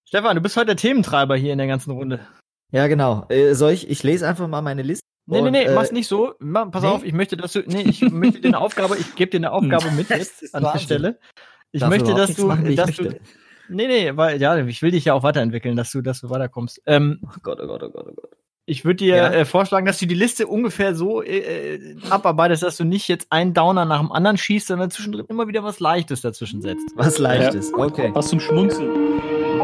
Stefan, du bist heute der Thementreiber hier in der ganzen Runde. Ja, genau. Ich lese einfach mal meine Liste. Nee, mach's nicht so. Pass auf, ich möchte dir eine Aufgabe, ich gebe dir eine Aufgabe mit jetzt an der Stelle. Ich möchte, dass du, weil, ja, ich will dich ja auch weiterentwickeln, dass du weiterkommst. Oh Gott. Ich würde dir vorschlagen, dass du die Liste ungefähr so abarbeitest, dass du nicht jetzt einen Downer nach dem anderen schießt, sondern zwischendrin immer wieder was Leichtes dazwischen setzt. Was Leichtes, okay. Was zum Schmunzeln.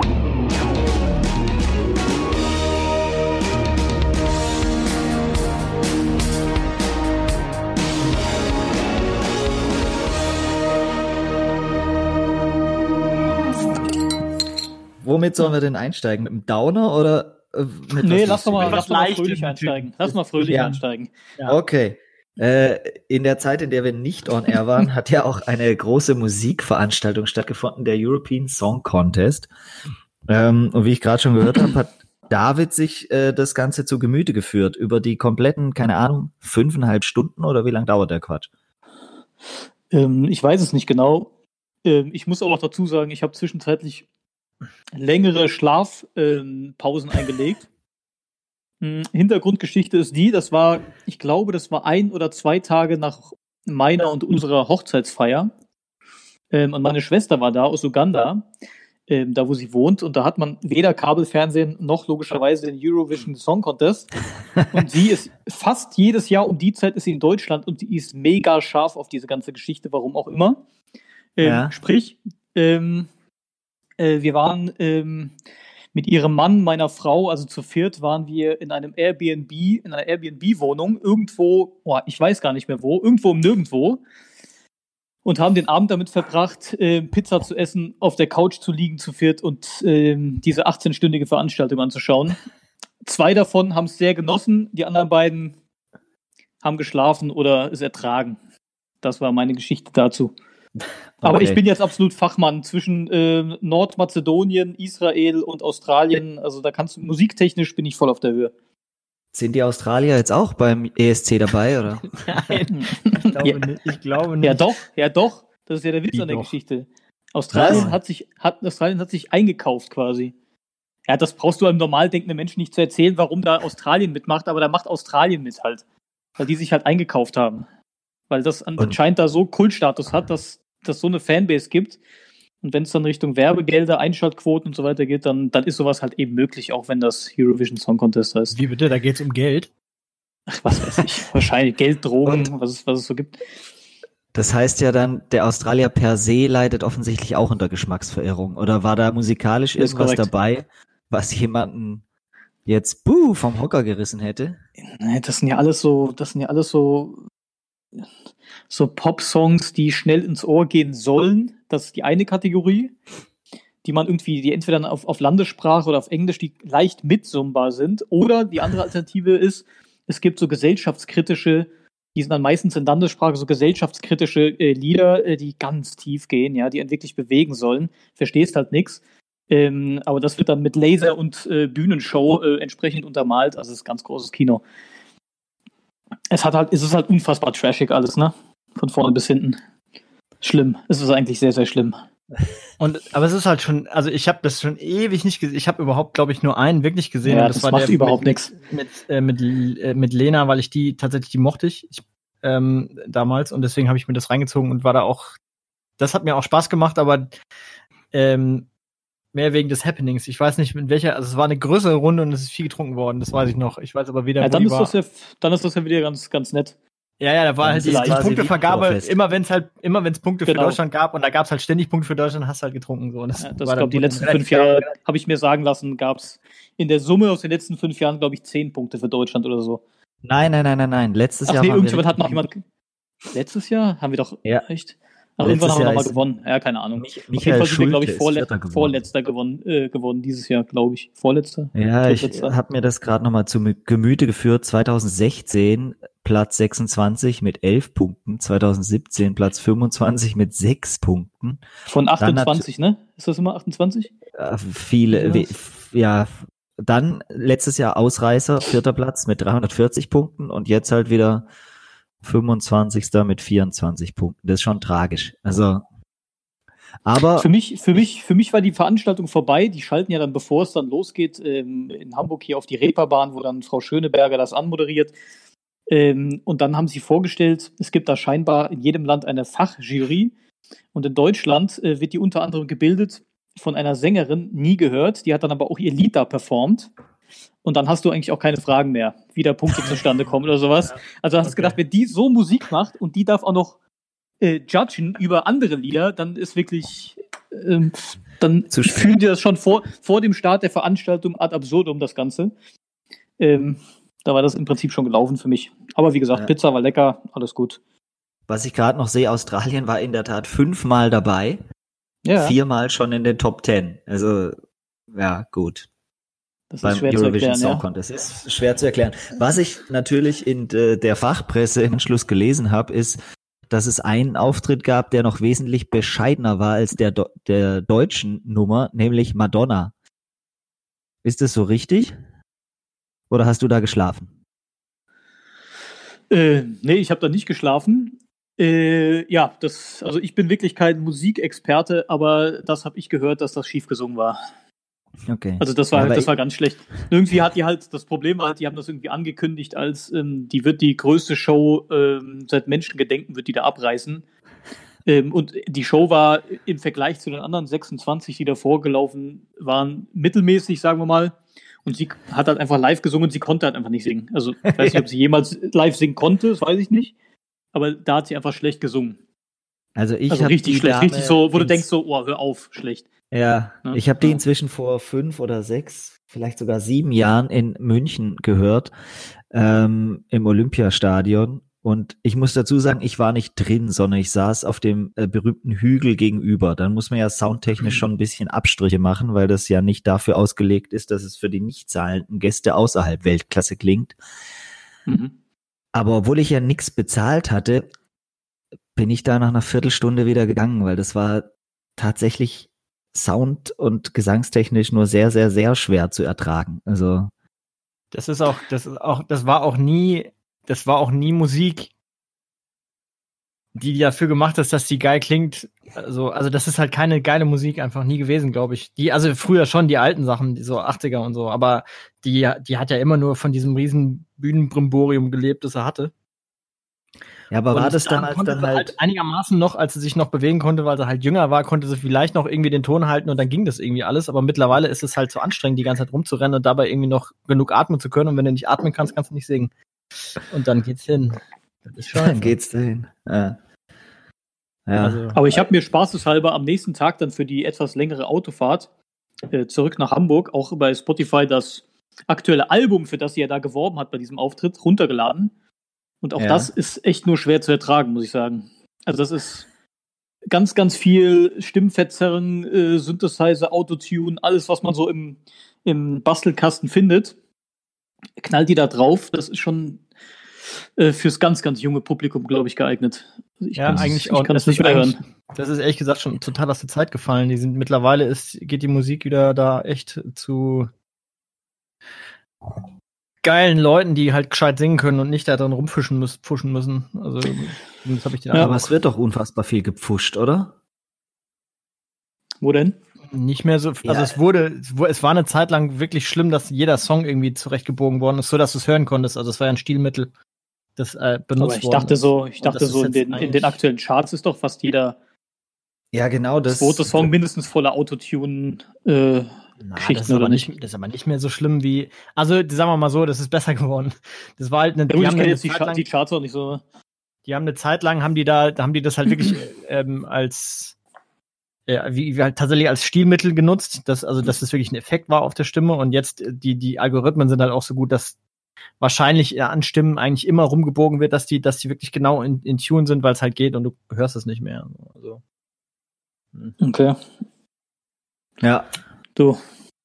Womit sollen wir denn einsteigen? Mit dem Downer oder mit lass mal fröhlich einsteigen. Einsteigen. Ja. Okay. In der Zeit, in der wir nicht on air waren, hat ja auch eine große Musikveranstaltung stattgefunden, der European Song Contest. Und wie ich gerade schon gehört habe, hat David sich das Ganze zu Gemüte geführt. Über die kompletten, 5,5 Stunden oder wie lange dauert der Quatsch? Ich weiß es nicht genau. Ich muss aber auch dazu sagen, ich habe zwischenzeitlich längere Schlafpausen eingelegt. Hintergrundgeschichte ist ich glaube, das war 1 oder 2 Tage nach meiner und unserer Hochzeitsfeier. Und meine Schwester war da aus Uganda, da wo sie wohnt. Und da hat man weder Kabelfernsehen noch logischerweise den Eurovision Song Contest. Und sie ist fast jedes Jahr um die Zeit ist sie in Deutschland und die ist mega scharf auf diese ganze Geschichte, warum auch immer. Sprich, wir waren mit ihrem Mann, meiner Frau, also zu viert, waren wir in einer Airbnb-Wohnung, irgendwo, ich weiß gar nicht mehr wo, irgendwo im Nirgendwo und haben den Abend damit verbracht, Pizza zu essen, auf der Couch zu liegen zu viert und diese 18-stündige Veranstaltung anzuschauen. 2 davon haben es sehr genossen, die anderen beiden haben geschlafen oder es ertragen. Das war meine Geschichte dazu. Aber ich bin jetzt absolut Fachmann zwischen Nordmazedonien, Israel und Australien. Also da musiktechnisch bin ich voll auf der Höhe. Sind die Australier jetzt auch beim ESC dabei, oder? Nein, ich glaube nicht. Ja doch. Das ist ja der Witz an der Geschichte. Australien hat sich eingekauft quasi. Ja, das brauchst du einem normal denkenden Menschen nicht zu erzählen, warum da Australien mitmacht, aber da macht Australien mit halt. Weil die sich halt eingekauft haben. Weil das anscheinend da so Kultstatus hat, dass so eine Fanbase gibt. Und wenn es dann Richtung Werbegelder, Einschaltquoten und so weiter geht, dann ist sowas halt eben möglich, auch wenn das Eurovision Song Contest heißt. Wie bitte? Da geht's um Geld? Ach, was weiß ich. Wahrscheinlich Geld, Drogen, was es so gibt. Das heißt ja dann, der Australier per se leidet offensichtlich auch unter Geschmacksverirrung. Oder war da musikalisch irgendwas dabei, was jemanden jetzt vom Hocker gerissen hätte? Nee, das sind ja alles so Pop-Songs, die schnell ins Ohr gehen sollen. Das ist die eine Kategorie, die entweder dann auf Landessprache oder auf Englisch, die leicht mitsummbar sind. Oder die andere Alternative ist, es gibt so gesellschaftskritische, die sind dann meistens in Landessprache, so gesellschaftskritische Lieder, die ganz tief gehen, ja, die einen wirklich bewegen sollen. Verstehst halt nichts. Aber das wird dann mit Laser und Bühnenshow entsprechend untermalt. Also es ist ganz großes Kino. Es ist halt unfassbar trashig alles, ne? Von vorne bis hinten. Schlimm. Es ist eigentlich sehr, sehr schlimm. Aber es ist halt schon, also ich habe das schon ewig nicht gesehen. Ich habe überhaupt, glaube ich, nur einen wirklich gesehen. Ja, und das war macht der überhaupt nichts. Mit Lena, weil die mochte ich damals und deswegen habe ich mir das reingezogen und war da auch, das hat mir auch Spaß gemacht, aber mehr wegen des Happenings. Ich weiß nicht, mit welcher, also es war eine größere Runde und es ist viel getrunken worden, das weiß ich noch. Ich weiß aber weder, wo die war. Dann ist das ja wieder ganz, ganz nett. Ja, da war halt die Punktevergabe, immer wenn es Punkte für Deutschland gab und da gab es halt ständig Punkte für Deutschland, hast du halt getrunken. So. Und das ich glaube, die letzten 5 Jahre, habe ich mir sagen lassen, gab es in der Summe aus den letzten 5 Jahren, glaube ich, 10 Punkte für Deutschland oder so. Nein. Letztes Jahr irgendjemand hat noch jemand. Letztes Jahr haben wir doch echt. Aber irgendwann haben wir nochmal gewonnen. Ja, keine Ahnung. Michael Schulte, glaube ich, Vorletzter gewonnen dieses Jahr, glaube ich. Vorletzter? Ja, ich habe mir das gerade nochmal zu Gemüte geführt. 2016 Platz 26 mit 11 Punkten. 2017 Platz 25 mit 6 Punkten. Von 28, ne? Ist das immer 28? Viele, ja. Dann letztes Jahr Ausreißer, 4. Platz mit 340 Punkten und jetzt halt wieder 25. mit 24 Punkten. Das ist schon tragisch. Also, Aber für mich war die Veranstaltung vorbei. Die schalten ja dann, bevor es dann losgeht, in Hamburg hier auf die Reeperbahn, wo dann Frau Schöneberger das anmoderiert. Und dann haben sie vorgestellt, es gibt da scheinbar in jedem Land eine Fachjury. Und in Deutschland wird die unter anderem gebildet von einer Sängerin, nie gehört. Die hat dann aber auch ihr Lied da performt. Und dann hast du eigentlich auch keine Fragen mehr, wie da Punkte zustande kommen oder sowas. Also hast du gedacht, wenn die so Musik macht und die darf auch noch judgen über andere Lieder, dann ist wirklich, dann fühlen die das schon vor dem Start der Veranstaltung ad absurdum, das Ganze. Da war das im Prinzip schon gelaufen für mich. Aber wie gesagt, Pizza war lecker, alles gut. Was ich gerade noch sehe, Australien war in der Tat 5-mal dabei. Ja. 4-mal schon in den Top 10. Also, ja, gut. Das ist schwer Eurovision zu erklären, Song Contest. Das ist schwer zu erklären. Was ich natürlich in der Fachpresse im Anschluss gelesen habe, ist, dass es einen Auftritt gab, der noch wesentlich bescheidener war als der deutschen Nummer, nämlich Madonna. Ist das so richtig? Oder hast du da geschlafen? Nee, ich habe da nicht geschlafen. Ja, also ich bin wirklich kein Musikexperte, aber das habe ich gehört, dass das schief gesungen war. Okay. Also das war ganz schlecht. Irgendwie hat die halt, das Problem war, die haben das irgendwie angekündigt als, die wird die größte Show seit Menschengedenken, wird die da abreißen. Und die Show war im Vergleich zu den anderen 26, die davor gelaufen waren, mittelmäßig, sagen wir mal. Und sie hat halt einfach live gesungen und sie konnte halt einfach nicht singen. Also ich weiß nicht, ob sie jemals live singen konnte, das weiß ich nicht. Aber da hat sie einfach schlecht gesungen. Also richtig schlecht, richtig so, wo du denkst so, oh, hör auf, schlecht. Ja, ich habe die inzwischen vor 5 oder 6, vielleicht sogar 7 Jahren in München gehört, im Olympiastadion. Und ich muss dazu sagen, ich war nicht drin, sondern ich saß auf dem berühmten Hügel gegenüber. Dann muss man ja soundtechnisch schon ein bisschen Abstriche machen, weil das ja nicht dafür ausgelegt ist, dass es für die nicht zahlenden Gäste außerhalb Weltklasse klingt. Mhm. Aber obwohl ich ja nichts bezahlt hatte, bin ich da nach einer Viertelstunde wieder gegangen, weil das war tatsächlich sound- und gesangstechnisch nur sehr, sehr, sehr schwer zu ertragen. Also das war auch nie Musik, die dafür gemacht ist, dass die geil klingt. Also das ist halt keine geile Musik einfach nie gewesen, glaube ich. Also früher schon die alten Sachen, die so 80er und so, aber die hat ja immer nur von diesem riesen Bühnenbrimborium gelebt, das er hatte. Ja, aber war das dann halt einigermaßen noch, als sie sich noch bewegen konnte, weil sie halt jünger war, konnte sie vielleicht noch irgendwie den Ton halten und dann ging das irgendwie alles. Aber mittlerweile ist es halt so anstrengend, die ganze Zeit rumzurennen und dabei irgendwie noch genug atmen zu können. Und wenn du nicht atmen kannst, kannst du nicht singen. Und dann geht's hin. Das ist scheiße. Dann geht's dahin. Ja. Also, aber ich habe mir spaßeshalber am nächsten Tag dann für die etwas längere Autofahrt zurück nach Hamburg auch bei Spotify das aktuelle Album, für das sie ja da geworben hat bei diesem Auftritt, runtergeladen. Und auch das ist echt nur schwer zu ertragen, muss ich sagen. Also das ist ganz, ganz viel Stimmverzerren, Synthesizer, Autotune, alles, was man so im Bastelkasten findet, knallt die da drauf. Das ist schon fürs ganz, ganz junge Publikum, glaube ich, geeignet. Also eigentlich auch. Das nicht mehr hören. Das ist ehrlich gesagt schon total aus der Zeit gefallen. Mittlerweile geht die Musik wieder da echt zu geilen Leuten, die halt gescheit singen können und nicht da drin rumpfuschen müssen. Also, das habe ich den aber es wird doch unfassbar viel gepfuscht, oder? Wo denn? Nicht mehr so, also es war eine Zeit lang wirklich schlimm, dass jeder Song irgendwie zurechtgebogen worden ist, so dass du es hören konntest. Also es war ja ein Stilmittel, das benutzt worden ist. Aber ich dachte so, in den aktuellen Charts ist doch fast jeder zweite Song mindestens voller Autotune das ist aber nicht mehr so schlimm wie, also sagen wir mal so, das ist besser geworden. Das war halt die haben jetzt die Charts auch nicht so. Die haben eine Zeit lang, haben die das halt wirklich als wie halt tatsächlich als Stilmittel genutzt, dass das wirklich ein Effekt war auf der Stimme und jetzt die Algorithmen sind halt auch so gut, dass wahrscheinlich an Stimmen eigentlich immer rumgebogen wird, dass die wirklich genau in Tune sind, weil es halt geht und du hörst es nicht mehr. Also. Okay. Ja. Du.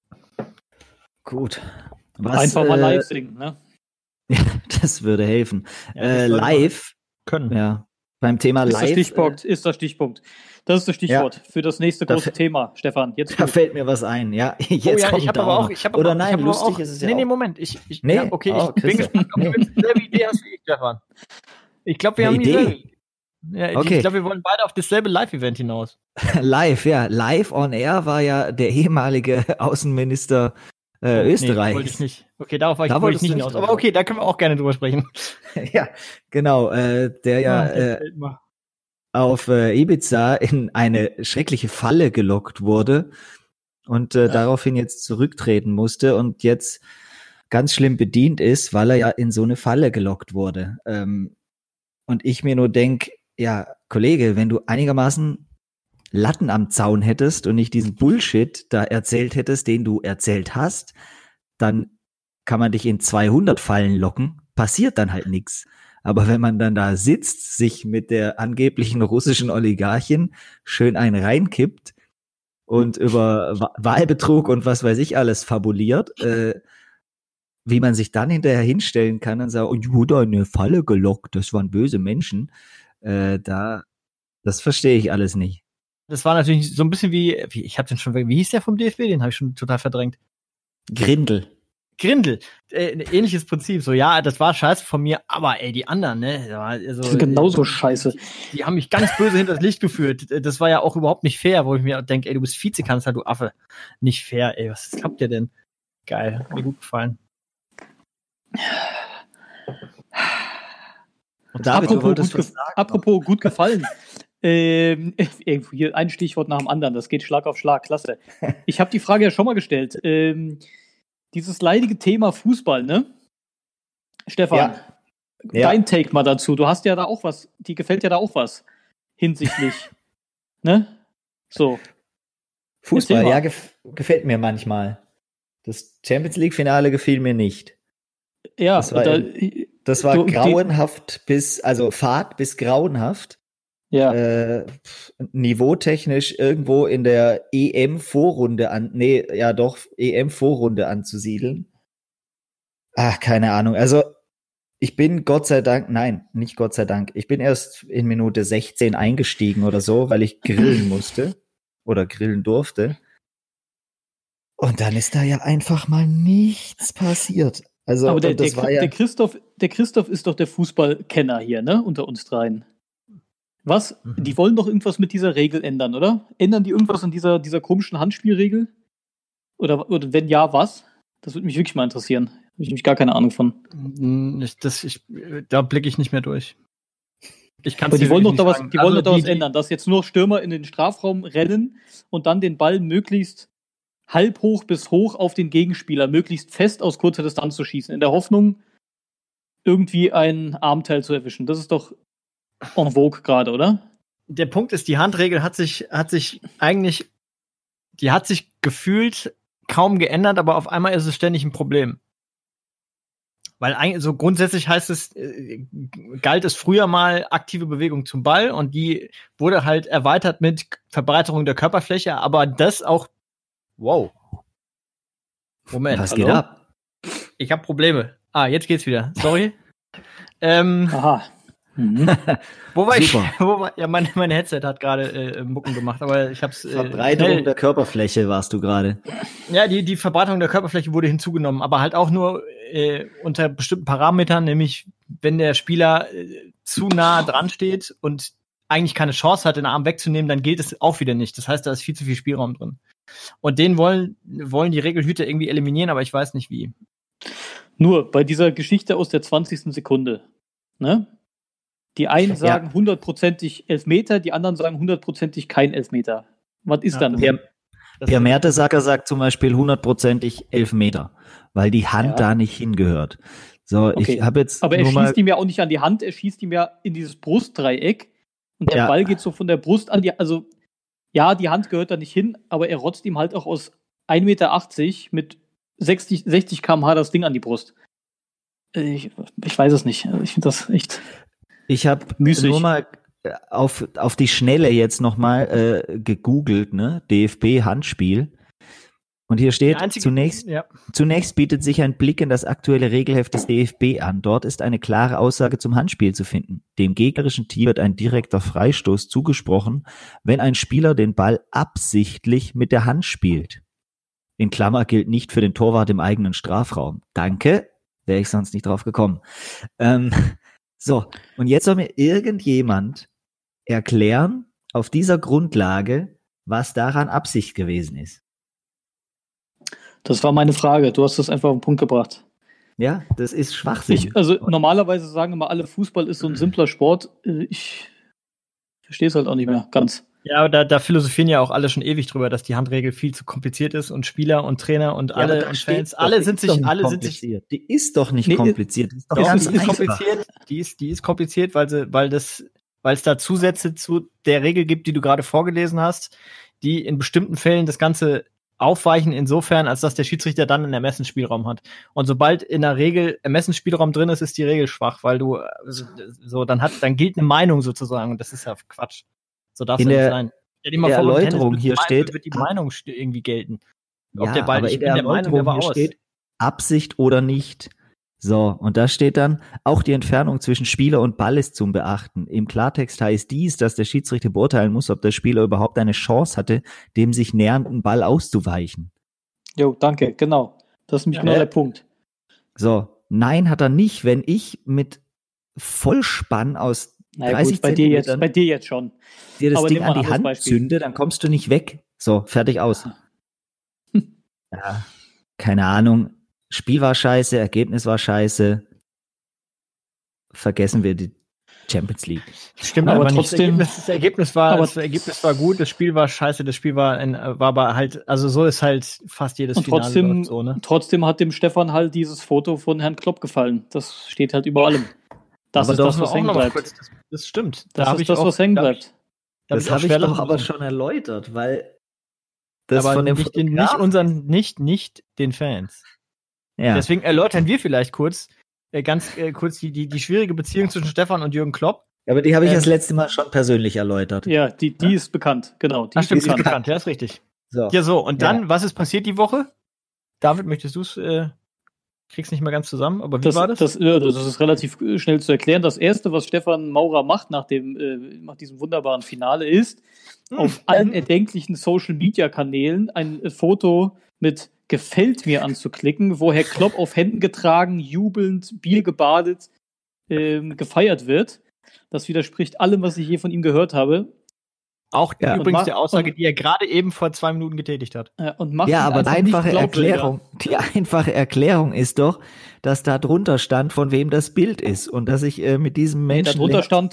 Gut. Einfach mal live singen, ne? Ja, das würde helfen. Live können. Ja. Beim Thema ist live. Ist das Stichpunkt. Das ist das Stichwort für das nächste große Thema, Stefan. Jetzt da fällt mir was ein. Ja, jetzt kommt lustig ist es ja. Nee, Moment. Ich bin gespannt, ob du jetzt dieselbe Idee hast wie ich, Stefan. Ich glaube, wir haben dieselbe. Ja, Okay. Ich glaube, wir wollen beide auf dasselbe Live-Event hinaus. Live, ja. Live on Air war ja der ehemalige Außenminister Österreichs. Nee, wollte ich nicht. Okay, darauf wollte ich nicht hinaus. drauf. Aber okay, da können wir auch gerne drüber sprechen. Ja, genau. Der ja auf Ibiza in eine schreckliche Falle gelockt wurde und daraufhin jetzt zurücktreten musste und jetzt ganz schlimm bedient ist, weil er ja in so eine Falle gelockt wurde. Und ich mir nur denk, ja, Kollege, wenn du einigermaßen Latten am Zaun hättest und nicht diesen Bullshit da erzählt hättest, den du erzählt hast, dann kann man dich in 200 Fallen locken, passiert dann halt nichts. Aber wenn man dann da sitzt, sich mit der angeblichen russischen Oligarchin schön einen reinkippt und über Wahlbetrug und was weiß ich alles fabuliert, wie man sich dann hinterher hinstellen kann und sagt, ich wurde in eine Falle gelockt, das waren böse Menschen, das verstehe ich alles nicht. Das war natürlich so ein bisschen wie ich habe den schon, wie hieß der vom DFB? Den habe ich schon total verdrängt. Grindel. Ähnliches Prinzip. So, ja, das war scheiße von mir, aber ey, die anderen, ne? Also, das ist genauso scheiße. Die haben mich ganz böse hinter das Licht geführt. Das war ja auch überhaupt nicht fair, wo ich mir denke, ey, du bist Vizekanzler, du Affe. Nicht fair, ey, was habt ihr denn? Geil, mir gut gefallen. Und David, apropos gut gefallen. Hier ein Stichwort nach dem anderen, das geht Schlag auf Schlag, klasse. Ich habe die Frage ja schon mal gestellt. Dieses leidige Thema Fußball, ne? Stefan, dein Take mal dazu. Du hast ja da auch was, die gefällt ja da auch was hinsichtlich, ne? So. Fußball, ja, gefällt mir manchmal. Das Champions League Finale gefiel mir nicht. Ja, das war grauenhaft fad bis grauenhaft. Ja. Niveautechnisch irgendwo in der EM-Vorrunde EM-Vorrunde anzusiedeln. Ach, keine Ahnung. Also, ich bin nicht Gott sei Dank. Ich bin erst in Minute 16 eingestiegen oder so, weil ich grillen musste oder grillen durfte. Und dann ist da ja einfach mal nichts passiert. Also, aber der Christoph ist doch der Fußballkenner hier, ne, unter uns dreien. Was? Die wollen doch irgendwas mit dieser Regel ändern, oder? Ändern die irgendwas an dieser komischen Handspielregel? Oder wenn ja, was? Das würde mich wirklich mal interessieren. Da habe ich nämlich gar keine Ahnung von. Da blicke ich nicht mehr durch. Aber die wollen doch da was ändern, dass jetzt nur Stürmer in den Strafraum rennen und dann den Ball möglichst halb hoch bis hoch auf den Gegenspieler, möglichst fest aus kurzer Distanz zu schießen, in der Hoffnung, irgendwie ein Armteil zu erwischen. Das ist doch en vogue gerade, oder? Der Punkt ist, die Handregel hat sich gefühlt kaum geändert, aber auf einmal ist es ständig ein Problem. Weil eigentlich so grundsätzlich heißt es, galt es früher mal aktive Bewegung zum Ball und die wurde halt erweitert mit Verbreiterung der Körperfläche, aber das auch, wow. Moment, was geht ab? Ich habe Probleme. Jetzt geht's wieder. Sorry. Aha. Mein Headset hat gerade Mucken gemacht, aber ich hab's. Verbreiterung der Körperfläche warst du gerade. Ja, die Verbreiterung der Körperfläche wurde hinzugenommen, aber halt auch nur unter bestimmten Parametern, nämlich wenn der Spieler zu nah dran steht und eigentlich keine Chance hat, den Arm wegzunehmen, dann gilt es auch wieder nicht. Das heißt, da ist viel zu viel Spielraum drin. Und den wollen die Regelhüter irgendwie eliminieren, aber ich weiß nicht wie. Nur bei dieser Geschichte aus der 20. Sekunde, ne? Die einen sagen 100%ig Elfmeter, die anderen sagen 100%ig kein Elfmeter. Was ist dann? Per Mertesacker sagt zum Beispiel 100%ig Elfmeter, weil die Hand da nicht hingehört. So, okay. Ich habe jetzt. Aber er schießt ihm ja auch nicht an die Hand, er schießt ihm ja in dieses Brustdreieck und der Ball geht so von der Brust an die. Also, ja, die Hand gehört da nicht hin, aber er rotzt ihm halt auch aus 1,80 Meter mit 60 km/h das Ding an die Brust. Ich weiß es nicht. Ich finde das echt. Ich habe nur mal auf die Schnelle jetzt nochmal gegoogelt, ne? DFB-Handspiel. Und hier steht, zunächst bietet sich ein Blick in das aktuelle Regelheft des DFB an. Dort ist eine klare Aussage zum Handspiel zu finden. Dem gegnerischen Team wird ein direkter Freistoß zugesprochen, wenn ein Spieler den Ball absichtlich mit der Hand spielt. In Klammer gilt nicht für den Torwart im eigenen Strafraum. Danke, wäre ich sonst nicht drauf gekommen. So, und jetzt soll mir irgendjemand erklären, auf dieser Grundlage, was daran Absicht gewesen ist. Das war meine Frage. Du hast das einfach auf den Punkt gebracht. Ja, das ist Schwachsinn. Normalerweise sagen immer alle, Fußball ist so ein simpler Sport. Ich verstehe es halt auch nicht mehr ganz. Ja, aber da philosophieren ja auch alle schon ewig drüber, dass die Handregel viel zu kompliziert ist und Spieler und Trainer und alle und Fans, alle sind sich. Die ist doch nicht kompliziert. Die ist doch ganz kompliziert. Die ist kompliziert, weil es da Zusätze zu der Regel gibt, die du gerade vorgelesen hast, die in bestimmten Fällen das Ganze aufweichen insofern, als dass der Schiedsrichter dann einen Ermessensspielraum hat. Und sobald in der Regel Ermessensspielraum drin ist, ist die Regel schwach, weil du dann gilt eine Meinung sozusagen und das ist ja Quatsch. So darf es ja nicht sein. Stell dir mal vor, Erläuterung hier steht, wird die Meinung irgendwie gelten. Ob der Ball, aber in der Erläuterung hier steht Absicht oder nicht. So, und da steht dann, auch die Entfernung zwischen Spieler und Ball ist zum Beachten. Im Klartext heißt dies, dass der Schiedsrichter beurteilen muss, ob der Spieler überhaupt eine Chance hatte, dem sich nähernden Ball auszuweichen. Jo, danke, genau. Das ist nämlich genau der Punkt. So, nein hat er nicht, wenn ich mit Vollspann aus 30 bei dir jetzt schon. Dir das Ding an die Hand zünde, dann kommst du nicht weg. So, fertig aus. Ja, keine Ahnung. Spiel war scheiße, Ergebnis war scheiße. Vergessen wir die Champions League. Stimmt, aber trotzdem. Das Ergebnis war gut, das Spiel war scheiße, das Spiel war aber halt, also so ist halt fast jedes Finale so, ne? Trotzdem hat dem Stefan halt dieses Foto von Herrn Klopp gefallen. Das steht halt über allem. Das ist das, was hängen bleibt. Das stimmt. Das ist das, was hängen bleibt. Das habe ich doch aber schon erläutert, weil das aber von dem nicht den Fans. Ja. Deswegen erläutern wir vielleicht kurz die schwierige Beziehung zwischen Stefan und Jürgen Klopp. Aber die habe ich das letzte Mal schon persönlich erläutert. Ja, die ist bekannt, genau. Die ist bekannt, ja, ist richtig. So. Ja, so, und dann, was ist passiert die Woche? David, möchtest du es, krieg's nicht mehr ganz zusammen, aber wie war das? Das ist relativ schnell zu erklären. Das Erste, was Stefan Maurer macht nach diesem wunderbaren Finale ist, auf allen erdenklichen Social-Media-Kanälen ein Foto mit Gefällt mir anzuklicken, wo Herr Klopp auf Händen getragen, jubelnd, Bier gebadet, gefeiert wird. Das widerspricht allem, was ich je von ihm gehört habe. Auch übrigens der Aussage, die er gerade eben vor 2 Minuten getätigt hat. Aber die einfache Erklärung ist doch, dass da drunter stand, von wem das Bild ist und dass ich mit diesem Menschen... Da drunter stand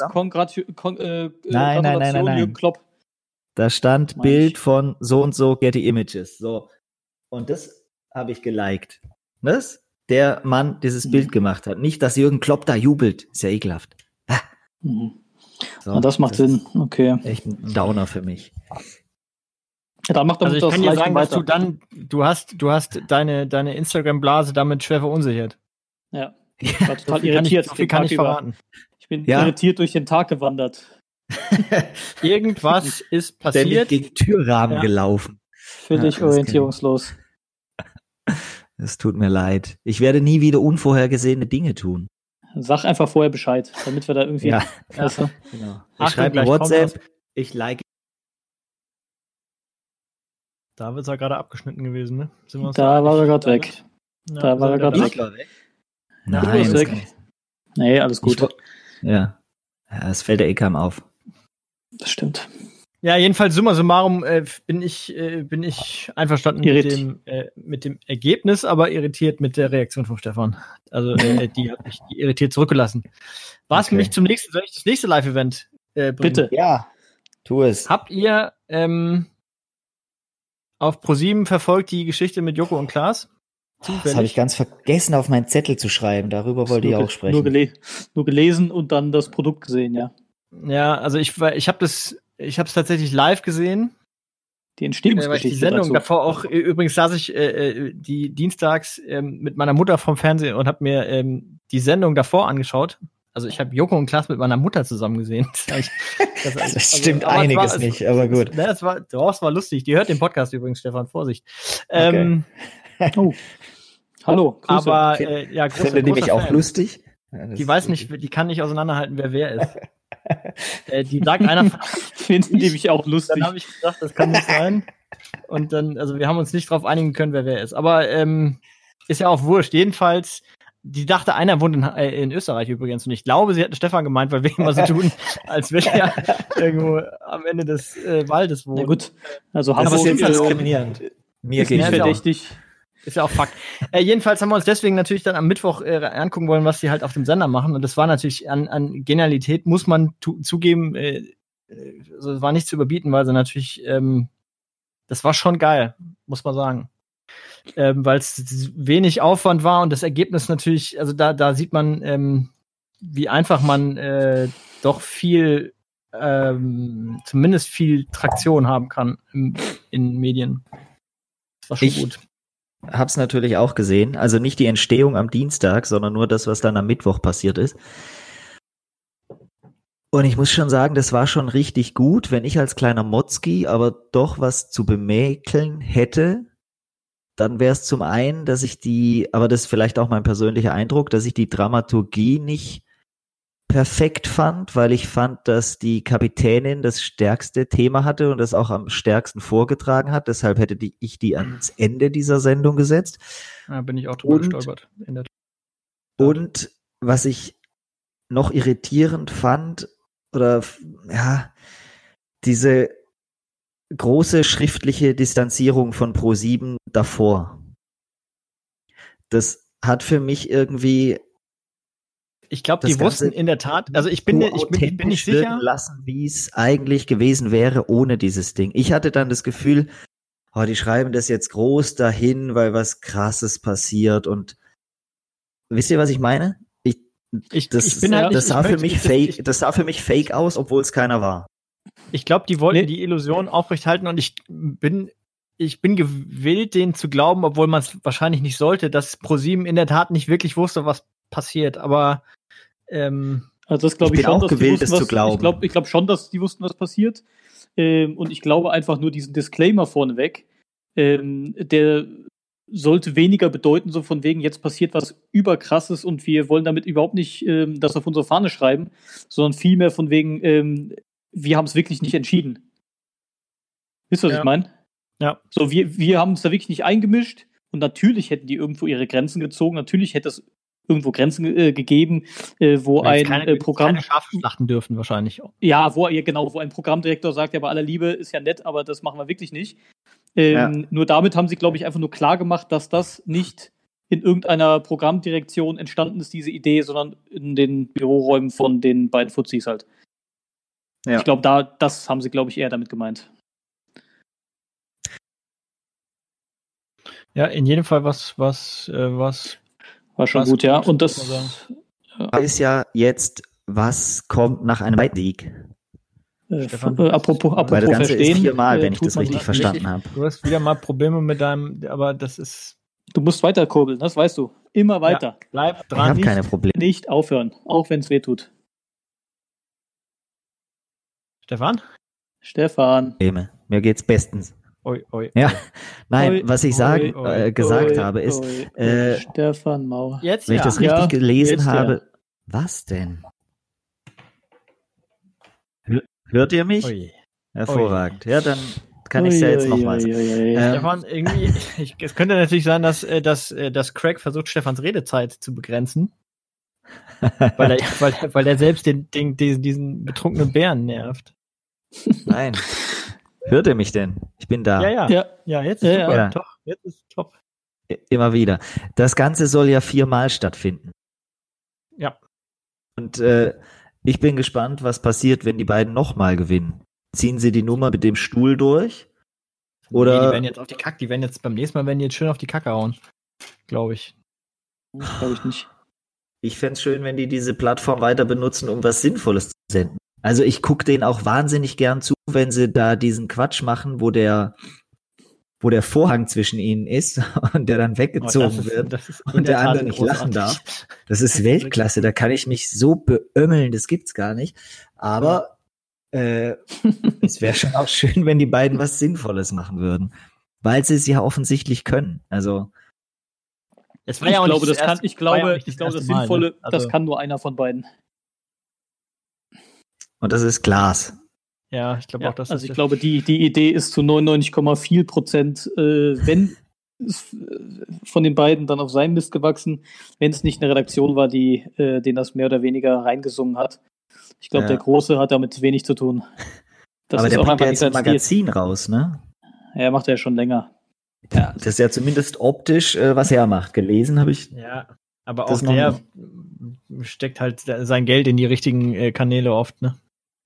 Nein. Jürgen Klopp. Da stand Bild von so und so Getty Images. So. Und das habe ich geliked. Was? Der Mann dieses Bild gemacht hat. Nicht, dass Jürgen Klopp da jubelt. Ist ja ekelhaft. So, das macht Sinn. Okay. Echt ein Downer für mich. Ja, dann macht also ich kann dir sagen, dass du hast deine Instagram-Blase damit schwer verunsichert. Ja. Ich war total irritiert. So viel kann ich verraten. Ich bin irritiert durch den Tag gewandert. Irgendwas ist passiert. Ständig gegen Türrahmen gelaufen. Völlig orientierungslos. Es tut mir leid. Ich werde nie wieder unvorhergesehene Dinge tun. Sag einfach vorher Bescheid, damit wir da irgendwie... Genau. Ich schreibe eine WhatsApp, ich like. Da wird es ja gerade abgeschnitten gewesen, ne? Da war er gerade weg. Da war er gerade weg. Nein. Nee, alles gut. Ja, es fällt der kaum auf. Das stimmt. Ja, jedenfalls summa summarum bin ich einverstanden mit dem Ergebnis, aber irritiert mit der Reaktion von Stefan. Also die hat mich irritiert zurückgelassen. Was mich soll ich das nächste Live-Event bringen? Bitte. Ja, tu es. Habt ihr auf ProSieben verfolgt die Geschichte mit Joko und Klaas? Das habe ich ganz vergessen, auf meinen Zettel zu schreiben. Darüber wollte ich auch sprechen. Nur gelesen und dann das Produkt gesehen, ja. Ja, also ich habe es tatsächlich live gesehen. Die Entstehungsgeschichte. Die Sendung davor auch, übrigens saß ich die dienstags mit meiner Mutter vorm Fernsehen und habe mir die Sendung davor angeschaut. Also ich habe Joko und Klaas mit meiner Mutter zusammen gesehen. Das stimmt einiges nicht, aber gut. Das war lustig. Die hört den Podcast übrigens, Stefan, Vorsicht. Hallo, Grüße. Aber finde die mich auch lustig? Die weiß nicht, die kann nicht auseinanderhalten, wer ist. Die sagt einer von finden die mich auch lustig. Dann habe ich gesagt, das kann nicht sein. Und dann, also wir haben uns nicht drauf einigen können, wer ist. Aber ist ja auch wurscht. Jedenfalls die dachte, einer wohnt in Österreich übrigens. Und ich glaube, sie hätten Stefan gemeint, weil wir immer so tun, als würde er irgendwo am Ende des Waldes wohnen. Na gut, also Das Hamburg ist jetzt diskriminierend. Mir ist nicht gegenüber. verdächtig. Ist ja auch Fakt. Jedenfalls haben wir uns deswegen natürlich dann am Mittwoch angucken wollen, was sie halt auf dem Sender machen. Und das war natürlich an Genialität, muss man zugeben, also es war nicht zu überbieten, weil sie natürlich, das war schon geil, muss man sagen. Weil es wenig Aufwand war und das Ergebnis natürlich, also da sieht man, wie einfach man doch viel, zumindest viel Traktion haben kann in Medien. Das war schon gut. Hab's natürlich auch gesehen. Also nicht die Entstehung am Dienstag, sondern nur das, was dann am Mittwoch passiert ist. Und ich muss schon sagen, das war schon richtig gut, wenn ich als kleiner Motzki aber doch was zu bemäkeln hätte, dann wäre es zum einen, dass ich aber das ist vielleicht auch mein persönlicher Eindruck, dass ich die Dramaturgie nicht perfekt fand, weil ich fand, dass die Kapitänin das stärkste Thema hatte und das auch am stärksten vorgetragen hat. Deshalb hätte ich die ans Ende dieser Sendung gesetzt. Da bin ich auch drüber gestolpert. Und was ich noch irritierend fand, oder ja, diese große schriftliche Distanzierung von Pro7 davor. Das hat für mich irgendwie ich glaube, die wussten in der Tat, also ich bin nicht sicher, lassen, wie es eigentlich gewesen wäre ohne dieses Ding. Ich hatte dann das Gefühl, die schreiben das jetzt groß dahin, weil was Krasses passiert und wisst ihr, was ich meine? Das sah für mich fake aus, obwohl es keiner war. Ich glaube, die wollten die Illusion aufrechthalten und ich bin gewillt, denen zu glauben, obwohl man es wahrscheinlich nicht sollte, dass ProSieben in der Tat nicht wirklich wusste, was passiert. Aber also das glaube ich schon, auch gewillt, es zu glauben. Ich glaube schon, dass die wussten, was passiert. Und ich glaube einfach nur diesen Disclaimer vorneweg, der sollte weniger bedeuten, so von wegen, jetzt passiert was überkrasses und wir wollen damit überhaupt nicht das auf unsere Fahne schreiben, sondern vielmehr von wegen, wir haben es wirklich nicht entschieden. Wisst ihr, was ich meine? Ja. So, wir haben uns da wirklich nicht eingemischt und natürlich hätten die irgendwo ihre Grenzen gezogen, natürlich hätte es irgendwo Grenzen gegeben, wo ein Programm... Keine Schafe schlachten dürfen wahrscheinlich. Ja, wo ein Programmdirektor sagt, ja, bei aller Liebe ist ja nett, aber das machen wir wirklich nicht. Nur damit haben sie, glaube ich, einfach nur klar gemacht, dass das nicht in irgendeiner Programmdirektion entstanden ist, diese Idee, sondern in den Büroräumen von den beiden Fuzis halt. Ja. Ich glaube, das haben sie, glaube ich, eher damit gemeint. Ja, in jedem Fall was war schon gut, ja. Und das ist ja jetzt, was kommt nach einem Sieg? Apropos weil das Ganze verstehen. Ist 4-mal, wenn ich das richtig verstanden habe. Du hast wieder mal Probleme mit deinem, aber das ist... Du musst weiter kurbeln, das weißt du. Immer weiter. Ja, bleib dran. Ich habe keine Probleme. Nicht aufhören, auch wenn es weh tut. Stefan? Mir geht's bestens. Oi. Ja, nein, was ich gesagt habe, ist, Stefan Mauer. Jetzt, wenn ich das richtig gelesen habe, was denn? Hört ihr mich? Oi. Hervorragend. Ja, dann kann ich es ja jetzt nochmals. Stefan, irgendwie, es könnte natürlich sein, dass Craig versucht, Stefans Redezeit zu begrenzen. weil er selbst diesen betrunkenen Bären nervt. Nein. Hört ihr mich denn? Ich bin da. Ja, jetzt ist super. Ja. Doch, jetzt ist top. Immer wieder. Das Ganze soll ja 4-mal stattfinden. Ja. Und ich bin gespannt, was passiert, wenn die beiden nochmal gewinnen. Ziehen sie die Nummer mit dem Stuhl durch? Oder? Nee, die werden jetzt auf die Kacke, die werden jetzt beim nächsten Mal jetzt schön auf die Kacke hauen. Glaube ich. Glaube ich nicht. Ich fände es schön, wenn die diese Plattform weiter benutzen, um was Sinnvolles zu senden. Also ich gucke denen auch wahnsinnig gern zu, wenn sie da diesen Quatsch machen, wo der Vorhang zwischen ihnen ist und der dann weggezogen wird und der andere nicht lachen darf. Das ist Weltklasse, da kann ich mich so beömmeln, das gibt's gar nicht. Aber es wäre schon auch schön, wenn die beiden was Sinnvolles machen würden, weil sie es ja offensichtlich können. Also das Sinnvolle, das kann nur einer von beiden. Und das ist Glas. Ja, ich glaube auch, dass also ich glaube, die Idee ist zu 99,4%, wenn ist von den beiden dann auf seinen Mist gewachsen, wenn es nicht eine Redaktion war, die den das mehr oder weniger reingesungen hat. Ich glaube, der Große hat damit wenig zu tun. Das aber der bringt ja jetzt ein Magazin raus, ne? Ja, macht er schon länger. Ja. Das ist ja zumindest optisch, was er macht. Gelesen habe ich. Ja, aber auch der steckt halt sein Geld in die richtigen Kanäle oft, ne?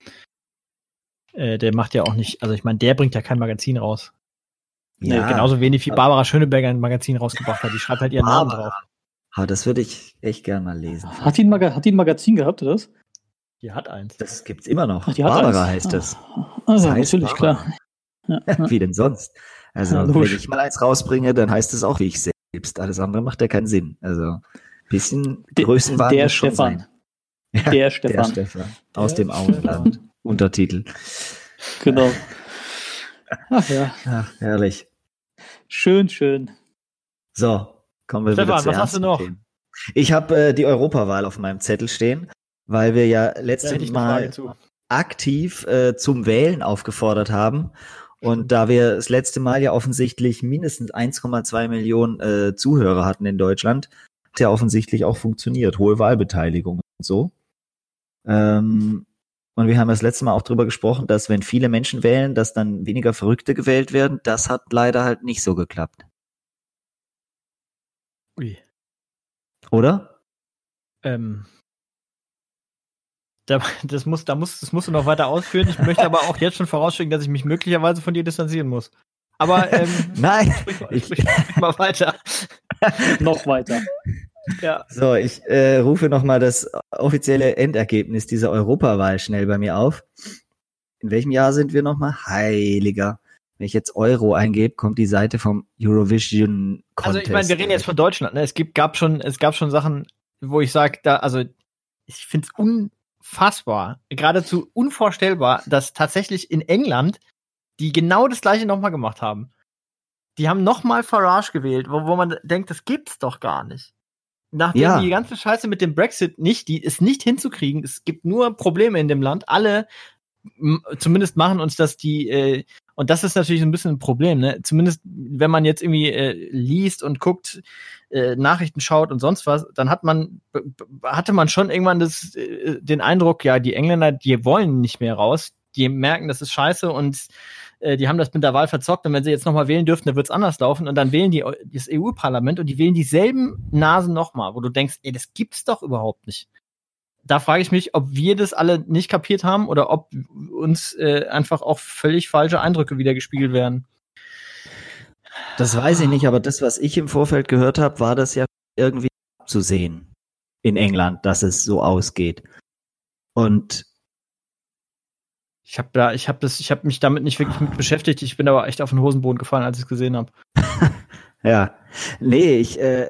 Der macht ja auch nicht, also ich meine, der bringt ja kein Magazin raus. Ja. Genauso wenig wie Barbara Schöneberger ein Magazin rausgebracht hat. Die schreibt halt ihren Namen drauf. Aber das würde ich echt gern mal lesen. Hat die ein Magazin gehabt, oder das? Die hat eins. Das gibt's immer noch. Ach, Barbara heißt das. Also, das heißt natürlich, Barbara. Klar. Ja. Wie denn sonst? Also, wenn ich mal eins rausbringe, dann heißt es auch wie ich selbst. Alles andere macht ja keinen Sinn. Also, ein bisschen Größenwahn muss schon sein. Ja, der Stefan. Aus dem Auenland. Untertitel. Genau. Ach ja. Ach, herrlich. Schön, schön. So, kommen wir Stefan, wieder zu was hast du noch? Themen. Ich habe die Europawahl auf meinem Zettel stehen, weil wir ja letztes Mal aktiv zum Wählen aufgefordert haben. Und da wir das letzte Mal ja offensichtlich mindestens 1,2 Millionen Zuhörer hatten in Deutschland, hat ja offensichtlich auch funktioniert. Hohe Wahlbeteiligung und so. Und wir haben das letzte Mal auch drüber gesprochen, dass wenn viele Menschen wählen, dass dann weniger Verrückte gewählt werden. Das hat leider halt nicht so geklappt. Ui. Oder? Das musst du noch weiter ausführen. Ich möchte aber auch jetzt schon vorausschicken, dass ich mich möglicherweise von dir distanzieren muss. Aber nein, sprich mal weiter. Noch weiter. Ja. So, ich rufe nochmal das offizielle Endergebnis dieser Europawahl schnell bei mir auf. In welchem Jahr sind wir nochmal? Heiliger. Wenn ich jetzt Euro eingebe, kommt die Seite vom Eurovision Contest. Also ich meine, wir reden jetzt von Deutschland. Ne? Es gab schon Sachen, wo ich sage, ich finde es unfassbar, geradezu unvorstellbar, dass tatsächlich in England die genau das Gleiche nochmal gemacht haben. Die haben nochmal Farage gewählt, wo man denkt, das gibt's doch gar nicht. Nachdem die ganze Scheiße mit dem Brexit die ist nicht hinzukriegen, es gibt nur Probleme in dem Land, alle zumindest machen uns das und das ist natürlich ein bisschen ein Problem, ne? Zumindest wenn man jetzt irgendwie liest und guckt, Nachrichten schaut und sonst was, dann hatte man schon irgendwann den Eindruck, ja, die Engländer, die wollen nicht mehr raus, die merken, das ist scheiße und die haben das mit der Wahl verzockt und wenn sie jetzt nochmal wählen dürften, dann wird's anders laufen und dann wählen die das EU-Parlament und die wählen dieselben Nasen nochmal, wo du denkst, ey, das gibt's doch überhaupt nicht. Da frage ich mich, ob wir das alle nicht kapiert haben oder ob uns einfach auch völlig falsche Eindrücke wieder gespiegelt werden. Das weiß ich nicht, aber das, was ich im Vorfeld gehört habe, war das ja irgendwie abzusehen in England, dass es so ausgeht. Und ich habe mich damit nicht wirklich mit beschäftigt. Ich bin aber echt auf den Hosenboden gefallen, als ich es gesehen habe. Ja, nee,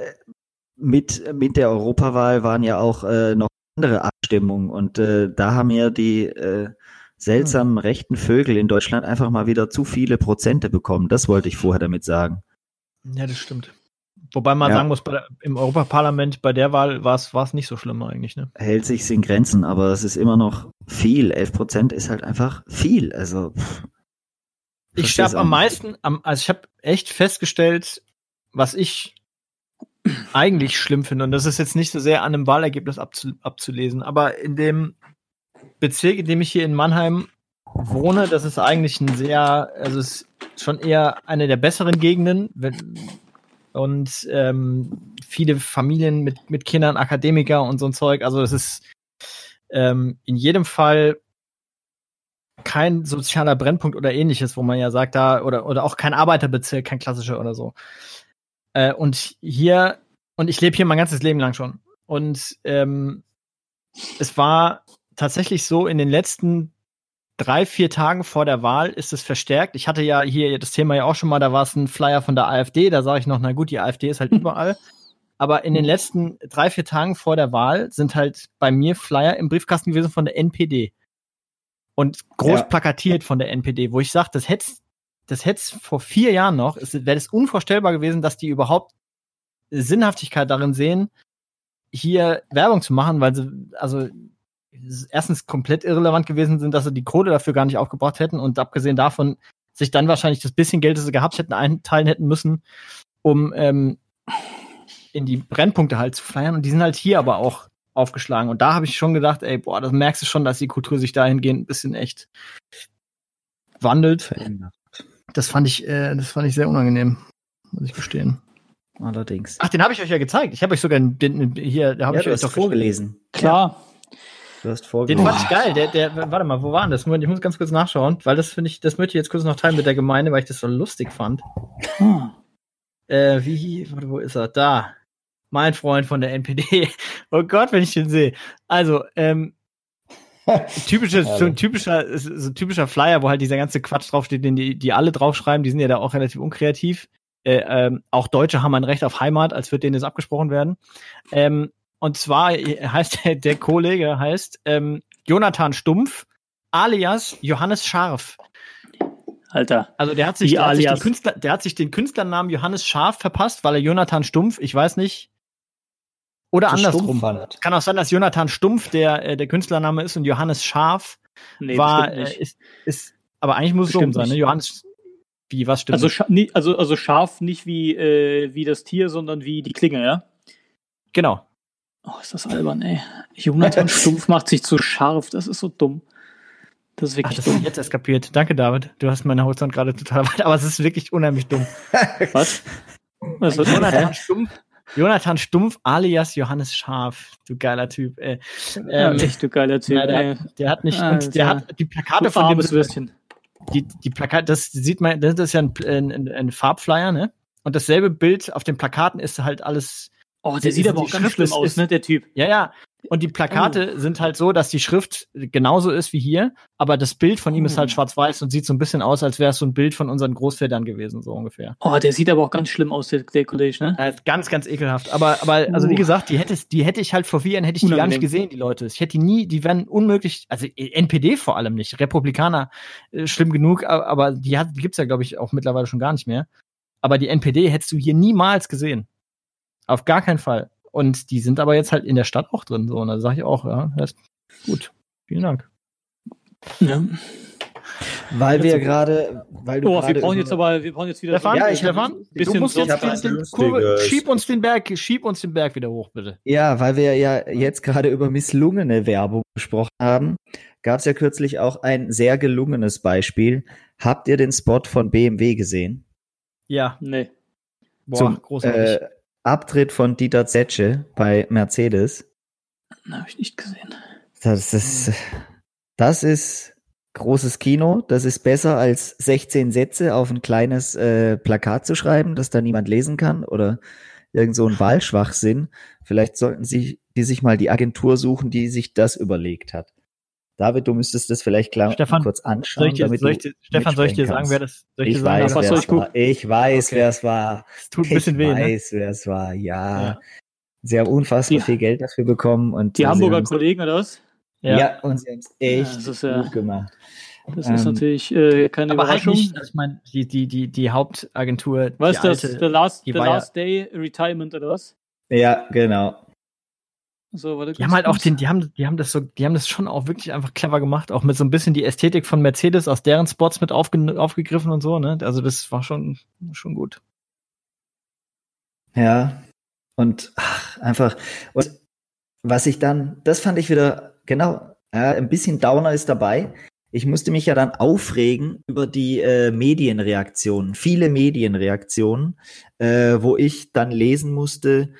mit der Europawahl waren ja auch noch andere Abstimmungen und da haben ja die seltsamen rechten Vögel in Deutschland einfach mal wieder zu viele Prozente bekommen. Das wollte ich vorher damit sagen. Ja, das stimmt. Wobei man sagen muss, im Europaparlament bei der Wahl war es nicht so schlimm eigentlich, ne? Hält sich's in Grenzen, aber es ist immer noch viel. 11% ist halt einfach viel. Also ich sterbe am meisten, also ich habe echt festgestellt, was ich eigentlich schlimm finde, und das ist jetzt nicht so sehr an einem Wahlergebnis abzulesen, aber in dem Bezirk, in dem ich hier in Mannheim wohne, das ist eigentlich also es ist schon eher eine der besseren Gegenden, und viele Familien mit Kindern, Akademiker und so ein Zeug. Also es ist in jedem Fall kein sozialer Brennpunkt oder ähnliches, wo man ja sagt, oder auch kein Arbeiterbezirk, kein klassischer oder so. Und ich lebe hier mein ganzes Leben lang schon. Und es war tatsächlich so, in den letzten 3-4 Tagen vor der Wahl ist es verstärkt. Ich hatte ja hier das Thema ja auch schon mal, da war es ein Flyer von der AfD, da sage ich noch, na gut, die AfD ist halt überall. Aber in den letzten 3-4 Tagen vor der Wahl sind halt bei mir Flyer im Briefkasten gewesen von der NPD. Und groß plakatiert von der NPD, wo ich sage, das hätt's vor 4 Jahren noch, wäre das unvorstellbar gewesen, dass die überhaupt Sinnhaftigkeit darin sehen, hier Werbung zu machen, weil sie, also erstens komplett irrelevant gewesen sind, dass sie die Kohle dafür gar nicht aufgebracht hätten und abgesehen davon sich dann wahrscheinlich das bisschen Geld, das sie gehabt hätten, einteilen hätten müssen, um in die Brennpunkte halt zu flyern. Und die sind halt hier aber auch aufgeschlagen. Und da habe ich schon gedacht, ey, boah, das merkst du schon, dass die Kultur sich dahingehend ein bisschen echt wandelt. Verändert. Das fand ich sehr unangenehm, muss ich gestehen. Allerdings. Ach, den habe ich euch ja gezeigt. Ich habe euch sogar hier, da habe ich euch doch vorgelesen. Klar. Du hast vorgelesen. Den fand ich geil. Warte mal, wo war denn das? Moment, ich muss ganz kurz nachschauen, weil das möchte ich jetzt kurz noch teilen mit der Gemeinde, weil ich das so lustig fand. Warte, wo ist er? Da. Mein Freund von der NPD. Oh Gott, wenn ich den sehe. Also, so ein typischer Flyer, wo halt dieser ganze Quatsch draufsteht, den die alle draufschreiben, die sind ja da auch relativ unkreativ. Auch Deutsche haben ein Recht auf Heimat, als wird denen das abgesprochen werden. Und zwar heißt der Kollege Jonathan Stumpf alias Johannes Scharf. Alter. Also der hat sich den Künstlernamen Johannes Scharf verpasst, weil er Jonathan Stumpf, ich weiß nicht, oder andersrum. Kann auch sein, dass Jonathan Stumpf der Künstlername ist und Johannes Scharf war ist aber eigentlich muss es so sein, ne? Johannes was stimmt? Also scharf nicht wie das Tier, sondern wie die Klinge, ja? Genau. Oh, ist das albern, ey. Jonathan Stumpf macht sich zu scharf, das ist so dumm. Das ist wirklich dumm. Das habe ich jetzt erst kapiert. Danke, David. Du hast meine Horizont gerade total weit, aber es ist wirklich unheimlich dumm. Was? Jonathan Stumpf alias Johannes Scharf. Du geiler Typ, ey. Echt, du geiler Typ, ey. Der hat nicht, und der hat die Plakate von dem Würstchen. Die Plakate, das sieht man, das ist ja ein Farbflyer, ne? Und dasselbe Bild auf den Plakaten ist halt alles. Oh, der sieht aber auch ganz schlimm aus, ne, der Typ. Ja. Und die Plakate sind halt so, dass die Schrift genauso ist wie hier, aber das Bild von ihm ist halt schwarz-weiß und sieht so ein bisschen aus, als wäre es so ein Bild von unseren Großvätern gewesen, so ungefähr. Oh, der sieht aber auch ganz schlimm aus, der Kollege, ne? Ganz, ganz ekelhaft. Aber also wie gesagt, die hätte ich halt vor 4 Jahren, hätte ich die gar nicht gesehen, die Leute. Ich hätte die wären unmöglich, also NPD vor allem nicht, Republikaner schlimm genug, aber die gibt's ja, glaube ich, auch mittlerweile schon gar nicht mehr. Aber die NPD hättest du hier niemals gesehen. Auf gar keinen Fall. Und die sind aber jetzt halt in der Stadt auch drin. So. Und da sage ich auch, ja, das ist gut. Vielen Dank. Ja. Weil wir gerade. Wir brauchen jetzt wieder. Stefan, schieb uns den Berg wieder hoch, bitte. Ja, weil wir ja jetzt gerade über misslungene Werbung gesprochen haben, gab es ja kürzlich auch ein sehr gelungenes Beispiel. Habt ihr den Spot von BMW gesehen? Ja. Nee. Boah, großartig. Abtritt von Dieter Zetsche bei Mercedes. Habe ich nicht gesehen. Das ist großes Kino. Das ist besser als 16 Sätze auf ein kleines Plakat zu schreiben, das da niemand lesen kann oder irgend so ein Wahlschwachsinn. Vielleicht sollten die sich mal die Agentur suchen, die sich das überlegt hat. David, du müsstest das vielleicht kurz anschauen. Stefan, soll ich dir sagen, wer das Ich weiß, wer es war. Es tut ein bisschen weh, Ich weiß, wer es war, ja. Sie haben unfassbar viel Geld dafür bekommen. Und die Hamburger Kollegen, oder was? Ja, und sie haben es echt gut gemacht. Das ist natürlich keine aber Überraschung. Halt nicht, ich meine, die Hauptagentur. Was ist das? The Last Day Retirement, oder was? Ja, genau. So, die haben halt auch die haben das schon auch wirklich einfach clever gemacht, auch mit so ein bisschen die Ästhetik von Mercedes aus deren Spots mit aufgegriffen und so, ne? Also das war schon gut. Ja. Und einfach, und was ich dann, das fand ich wieder, genau, ein bisschen Downer ist dabei. Ich musste mich ja dann aufregen über die Medienreaktionen, viele Medienreaktionen, wo ich dann lesen musste,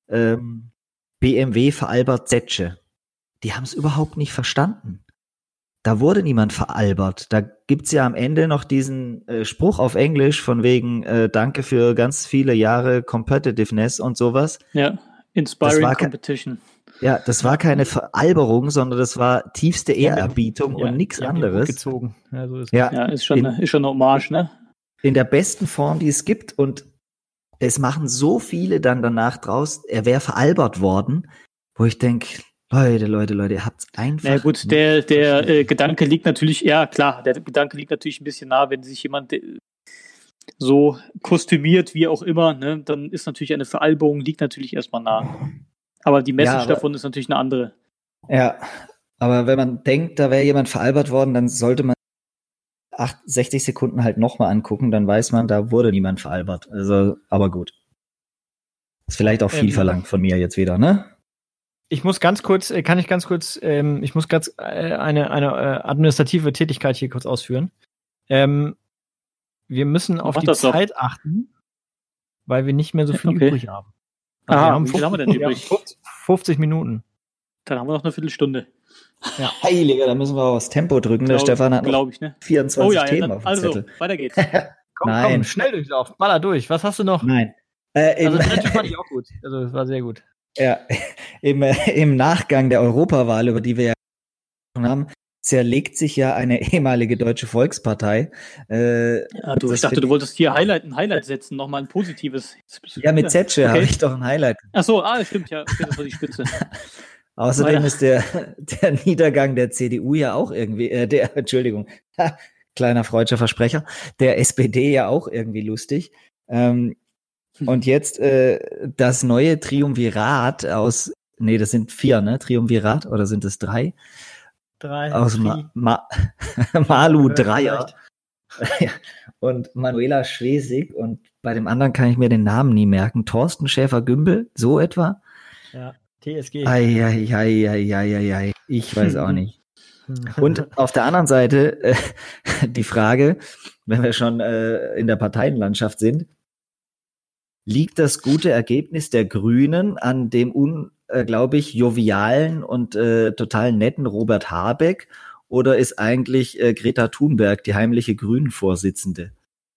BMW veralbert Zetsche. Die haben es überhaupt nicht verstanden. Da wurde niemand veralbert. Da gibt's ja am Ende noch diesen Spruch auf Englisch von wegen Danke für ganz viele Jahre Competitiveness und sowas. Ja, Inspiring Competition. Ja, das war keine Veralberung, sondern das war tiefste Ehrerbietung und nichts anderes. Gezogen. Ja, so ist ist schon eine Hommage, ne? In der besten Form, die es gibt, und es machen so viele dann danach draus, er wäre veralbert worden, wo ich denke, Leute, ihr habt's einfach. Na gut, der Gedanke liegt natürlich, ja klar, der Gedanke liegt natürlich ein bisschen nah, wenn sich jemand so kostümiert, wie auch immer, ne, dann ist natürlich eine Veralberung, liegt natürlich erstmal nah. Aber die Message davon ist natürlich eine andere. Ja, aber wenn man denkt, da wäre jemand veralbert worden, dann sollte man 60 Sekunden halt nochmal angucken, dann weiß man, da wurde niemand veralbert. Also, aber gut. Ist vielleicht auch viel verlangt von mir jetzt wieder, ne? Ich muss ganz kurz, eine administrative Tätigkeit hier kurz ausführen. Wir müssen auf die Zeit achten, weil wir nicht mehr so viel übrig haben. Wie viel haben wir denn übrig? 50 Minuten. Dann haben wir noch eine Viertelstunde. Ja. Heiliger, da müssen wir auch das Tempo drücken. Der Stefan hat noch 24 Themen auf dem Zettel. Weiter geht's. Komm, schnell durchlauf, baller durch. Was hast du noch? Nein. Also das fand ich auch gut. Also das war sehr gut. Ja, im Nachgang der Europawahl, über die wir ja gesprochen haben, zerlegt sich ja eine ehemalige deutsche Volkspartei. Ich dachte, du wolltest hier ein Highlight setzen, nochmal ein positives. Ja, mit Zetsche habe ich doch ein Highlight. Ach so, stimmt, ja, das war die Spitze. Außerdem ist der Niedergang der CDU ja auch irgendwie, kleiner freudscher Versprecher, der SPD ja auch irgendwie lustig. Und jetzt das neue Triumvirat das sind 4, ne? Triumvirat, oder sind es 3? 3. Aus Malu Dreyer und Manuela Schwesig, und bei dem anderen kann ich mir den Namen nie merken. Thorsten Schäfer-Gümbel, so etwa? Ja, TSG. Ei. Ich weiß auch nicht. Und auf der anderen Seite die Frage, wenn wir schon in der Parteienlandschaft sind, liegt das gute Ergebnis der Grünen an dem unglaublich jovialen und total netten Robert Habeck, oder ist eigentlich Greta Thunberg die heimliche Grünen-Vorsitzende?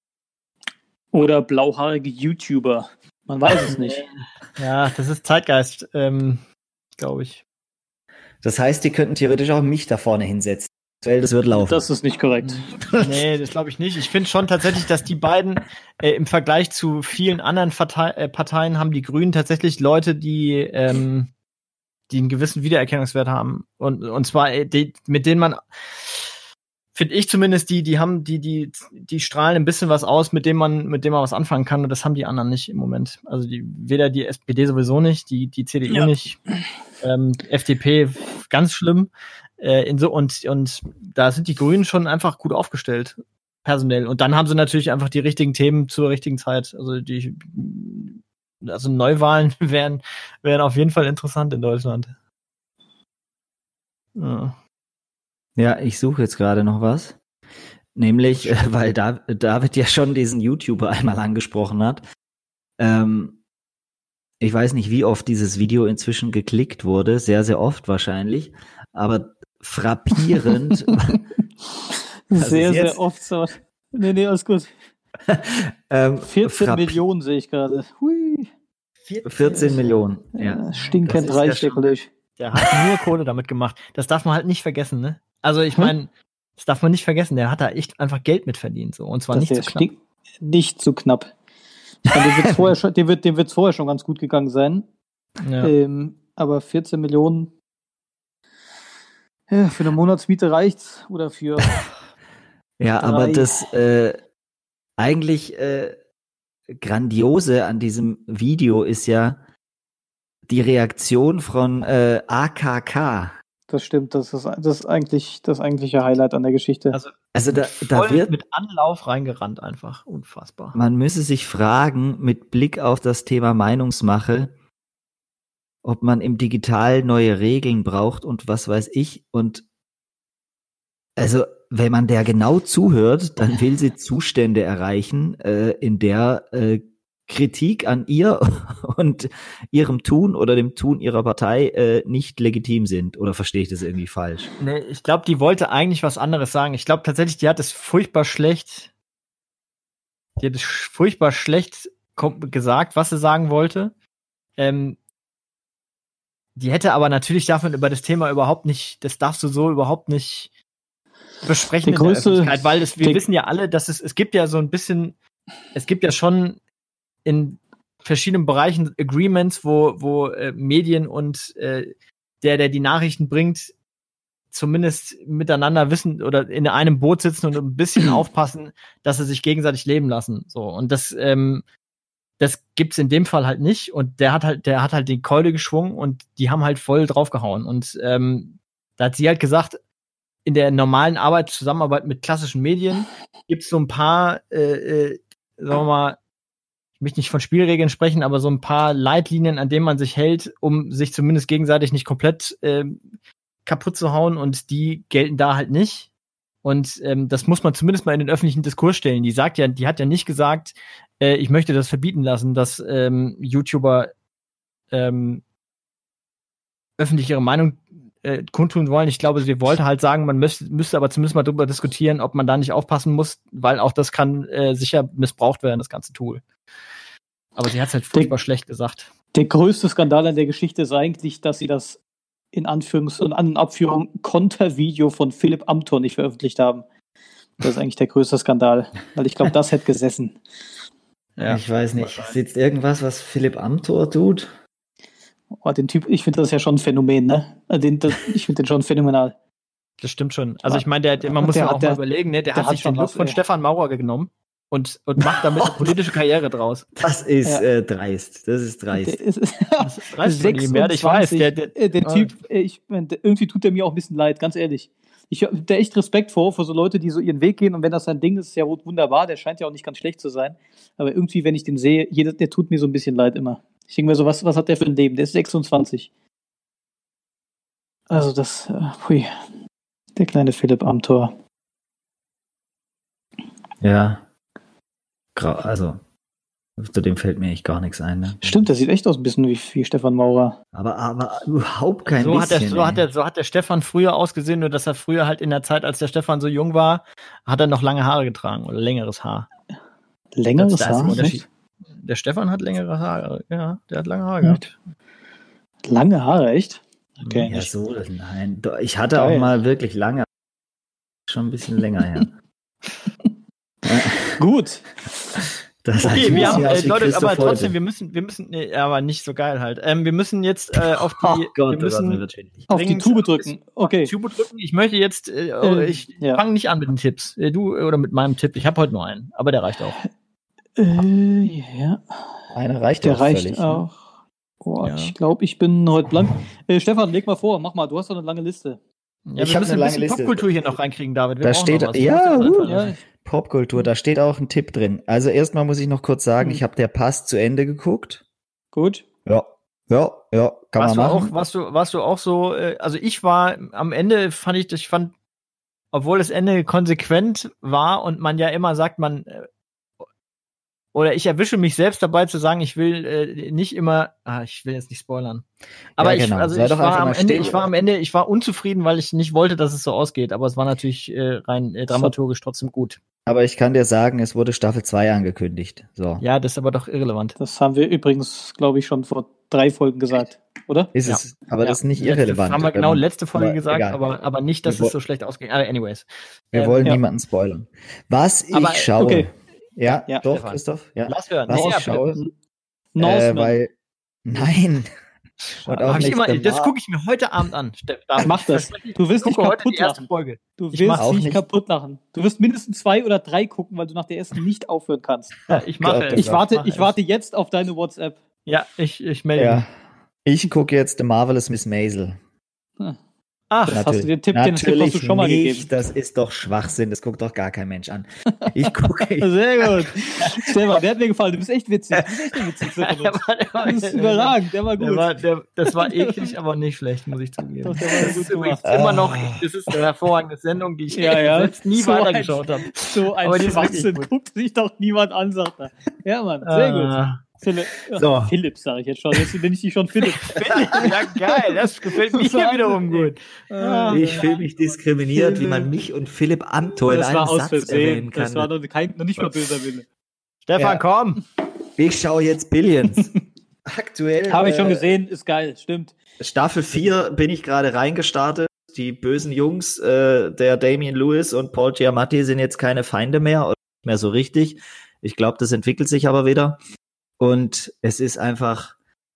Oder blauhaarige YouTuber. Man weiß es nicht. Ja, das ist Zeitgeist, glaube ich. Das heißt, die könnten theoretisch auch mich da vorne hinsetzen. Das wird laufen. Das ist nicht korrekt. Nee, das glaube ich nicht. Ich finde schon tatsächlich, dass die beiden im Vergleich zu vielen anderen Parteien haben die Grünen tatsächlich Leute, die einen gewissen Wiedererkennungswert haben. Und zwar, mit denen man, finde ich zumindest, die strahlen ein bisschen was aus, mit dem man was anfangen kann. Und das haben die anderen nicht im Moment. Also weder die SPD sowieso nicht, die CDU nicht, FDP ganz schlimm. Und da sind die Grünen schon einfach gut aufgestellt, personell. Und dann haben sie natürlich einfach die richtigen Themen zur richtigen Zeit. Also Neuwahlen wären auf jeden Fall interessant in Deutschland. Ja, ich suche jetzt gerade noch was. Nämlich, weil David ja schon diesen YouTuber einmal angesprochen hat. Ich weiß nicht, wie oft dieses Video inzwischen geklickt wurde. Sehr, sehr oft wahrscheinlich. Aber frappierend. Sehr oft so. Nee, alles gut. 14 Millionen sehe ich gerade. 14 Millionen, ja. Stinkend reich, der Kollege. Der hat nur Kohle damit gemacht. Das darf man halt nicht vergessen, ne? Also ich meine, das darf man nicht vergessen. Der hat da echt einfach Geld mit verdient. So. Und zwar nicht zu knapp. Nicht zu knapp. Dem wird es vorher schon ganz gut gegangen sein. Ja. Aber 14 Millionen für eine Monatsmiete reicht's, oder für ja, 3. Aber das eigentlich Grandiose an diesem Video ist ja die Reaktion von AKK. Das stimmt, das ist eigentlich das eigentliche Highlight an der Geschichte. Also da wird mit Anlauf reingerannt einfach. Unfassbar. Man müsse sich fragen, mit Blick auf das Thema Meinungsmache, ob man im Digital neue Regeln braucht und was weiß ich. Und also, wenn man der genau zuhört, dann will sie Zustände erreichen, in der Kritik an ihr und ihrem Tun oder dem Tun ihrer Partei nicht legitim sind. Oder verstehe ich das irgendwie falsch? Nee, ich glaube, die wollte eigentlich was anderes sagen. Ich glaube tatsächlich, die hat es furchtbar schlecht gesagt, was sie sagen wollte. Die hätte aber natürlich davon über das Thema überhaupt nicht, das darfst du so überhaupt nicht besprechen in der Öffentlichkeit, weil wir wissen ja alle, dass es gibt ja so ein bisschen, es gibt ja schon in verschiedenen Bereichen Agreements, wo Medien und der die Nachrichten bringt, zumindest miteinander wissen oder in einem Boot sitzen und ein bisschen aufpassen, dass sie sich gegenseitig leben lassen. So, und das gibt's in dem Fall halt nicht. Und der hat halt die Keule geschwungen und die haben halt voll draufgehauen. Und da hat sie halt gesagt, in der normalen Zusammenarbeit mit klassischen Medien gibt's so ein paar, sagen wir mal, möchte nicht von Spielregeln sprechen, aber so ein paar Leitlinien, an denen man sich hält, um sich zumindest gegenseitig nicht komplett kaputt zu hauen, und die gelten da halt nicht. Und das muss man zumindest mal in den öffentlichen Diskurs stellen. Die hat ja nicht gesagt, ich möchte das verbieten lassen, dass YouTuber öffentlich ihre Meinung kundtun wollen. Ich glaube, sie wollte halt sagen, man müsste aber zumindest mal darüber diskutieren, ob man da nicht aufpassen muss, weil auch das kann sicher missbraucht werden, das ganze Tool. Aber sie hat es halt furchtbar schlecht gesagt. Der größte Skandal an der Geschichte ist eigentlich, dass sie das in Anführungs- und An- und Abführung Kontervideo von Philipp Amthor nicht veröffentlicht haben. Das ist eigentlich der größte Skandal, weil ich glaube, das hätte gesessen. Ja. Ich weiß nicht, sitzt irgendwas, was Philipp Amthor tut? Oh, den Typ, ich finde das ja schon ein Phänomen, ne? Ich finde den schon phänomenal. Das stimmt schon. Also ich meine, man muss ja auch mal überlegen, ne? Der hat sich den Look von Stefan Maurer genommen und macht damit eine politische Karriere draus. Das ist dreist. Das ist dreist. Das ist dreist von ihm, ich weiß. Der Typ, irgendwie tut der mir auch ein bisschen leid, ganz ehrlich. Ich habe da echt Respekt vor so Leute, die so ihren Weg gehen, und wenn das sein Ding ist, ist ja wunderbar, der scheint ja auch nicht ganz schlecht zu sein. Aber irgendwie, wenn ich den sehe, der tut mir so ein bisschen leid immer. Ich denke mir so, was hat der für ein Leben? Der ist 26. Also der kleine Philipp Amthor. Ja. Also, zu dem fällt mir echt gar nichts ein. Ne? Stimmt, der sieht echt aus ein bisschen wie Stefan Maurer. Aber überhaupt kein so bisschen. So hat der Stefan früher ausgesehen, nur dass er früher halt in der Zeit, als der Stefan so jung war, hat er noch lange Haare getragen oder längeres Haar. Längeres Haar? Der Stefan hat längere Haare, ja, der hat lange Haare gehabt. Lange Haare, echt? Okay. Ja, so, nein. Ich hatte auch mal wirklich lange, schon ein bisschen länger her. Gut. Okay, wir haben, Leute, aber trotzdem, wir müssen, nee, aber nicht so geil halt. Wir müssen jetzt auf die Tube drücken. Okay. Tube drücken. Ich möchte jetzt, ich fange nicht an mit den Tipps. Du oder mit meinem Tipp. Ich habe heute nur einen, aber der reicht auch. Ja. Einer reicht der auch reicht völlig. Auch. Oh, ja. Ich glaube, ich bin heute blank. Stefan, leg mal vor, mach mal, du hast doch eine lange Liste. Ja, ich habe eine lange Liste. Popkultur hier noch reinkriegen, David. Da steht, Popkultur, da steht auch ein Tipp drin. Also erstmal muss ich noch kurz sagen, ich habe der Pass zu Ende geguckt. Gut. Ja, kann man machen. Warst du auch so, also ich war am Ende, fand, obwohl das Ende konsequent war und man ja immer sagt, oder ich erwische mich selbst dabei zu sagen, ich will nicht immer, ich will jetzt nicht spoilern. Aber ja, genau. ich war unzufrieden, weil ich nicht wollte, dass es so ausgeht. Aber es war natürlich rein dramaturgisch trotzdem gut. Aber ich kann dir sagen, es wurde Staffel 2 angekündigt. So. Ja, das ist aber doch irrelevant. Das haben wir übrigens, glaube ich, schon vor 3 Folgen gesagt, oder? Ist es, aber das ist nicht irrelevant. Das haben wir genau letzte Folge gesagt, aber nicht, dass es so schlecht ausgeht. Aber anyways. Wir wollen niemanden spoilern. Was ich schaue. Okay. Ja, doch, Stefan. Christoph. Ja. Lass hören. Was ich schaue. Weil, nein. Das gucke ich mir heute Abend an. Mach das. Du wirst nicht kaputt lachen. Du wirst nicht kaputt lachen. Du wirst mindestens 2 oder 3 gucken, weil du nach der ersten nicht aufhören kannst. Ja, ich warte jetzt auf deine WhatsApp. Ja, ich melde mich. Ich gucke jetzt The Marvelous Miss Maisel. Ach, hast du den Tipp hast du schon mal gegeben. Das ist doch Schwachsinn, das guckt doch gar kein Mensch an. Ich gucke. Sehr gut. Stefan, der hat mir gefallen, du bist echt witzig. Du bist echt ein witziger Das ist überragend, der war gut. Das war eklig, aber nicht schlecht, muss ich zugeben. Doch, das ist übrigens immer noch, das ist eine hervorragende Sendung, die ich selbst nie weitergeschaut habe. So ein Schwachsinn, guckt sich doch niemand an, sagt er. Ja, Mann, sehr gut. Philipp, sage ich jetzt schon. Jetzt nenne ich dich schon Philipp. Ja, geil. Das gefällt mir wiederum gut. Ich fühle mich diskriminiert, wie man mich und Philipp Amthor in einem Satz erwähnen kann. Das war noch nicht mal böser Wille. Stefan, komm. Ich schaue jetzt Billions. Aktuell. Habe ich schon gesehen. Ist geil. Stimmt. Staffel 4 bin ich gerade reingestartet. Die bösen Jungs, der Damian Lewis und Paul Giamatti sind jetzt keine Feinde mehr. Oder nicht mehr so richtig. Ich glaube, das entwickelt sich aber wieder. Und es ist einfach,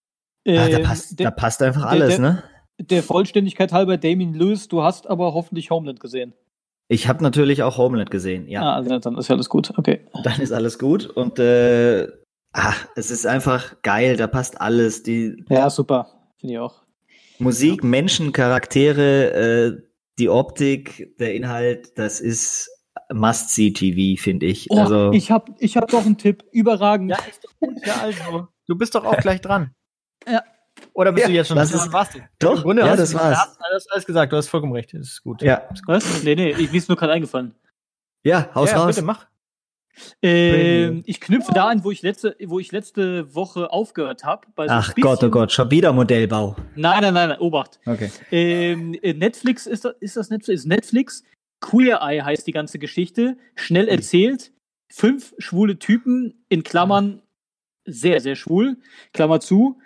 da passt einfach alles, ne? Der Vollständigkeit halber, Damian Lewis, du hast aber hoffentlich Homeland gesehen. Ich habe natürlich auch Homeland gesehen, ja. Also dann ist ja alles gut, okay. Dann ist alles gut und es ist einfach geil, da passt alles. Ja, super, finde ich auch. Musik, Menschen, Charaktere, die Optik, der Inhalt, das ist Must-See-TV, finde ich. Oh, also, ich hab doch einen Tipp. Überragend. Ja, ist doch gut. Ja, also. Du bist doch auch gleich dran. Ja. Oder bist du jetzt schon dran? Warst du? Doch, im Grunde ja, das war's. Du hast alles gesagt, du hast vollkommen recht. Das ist gut. Ja. Was? Nee, mir ist nur gerade eingefallen. Ja, raus. Bitte, mach. Ich knüpfe da an, wo ich letzte Woche aufgehört habe. Ach Gott, oh Gott, schon wieder Modellbau. Nein, Obacht. Okay. Netflix, ist das Netflix? Ist Netflix? Queer Eye heißt die ganze Geschichte. Schnell erzählt. 5 schwule Typen, in Klammern sehr, sehr schwul, Klammer zu,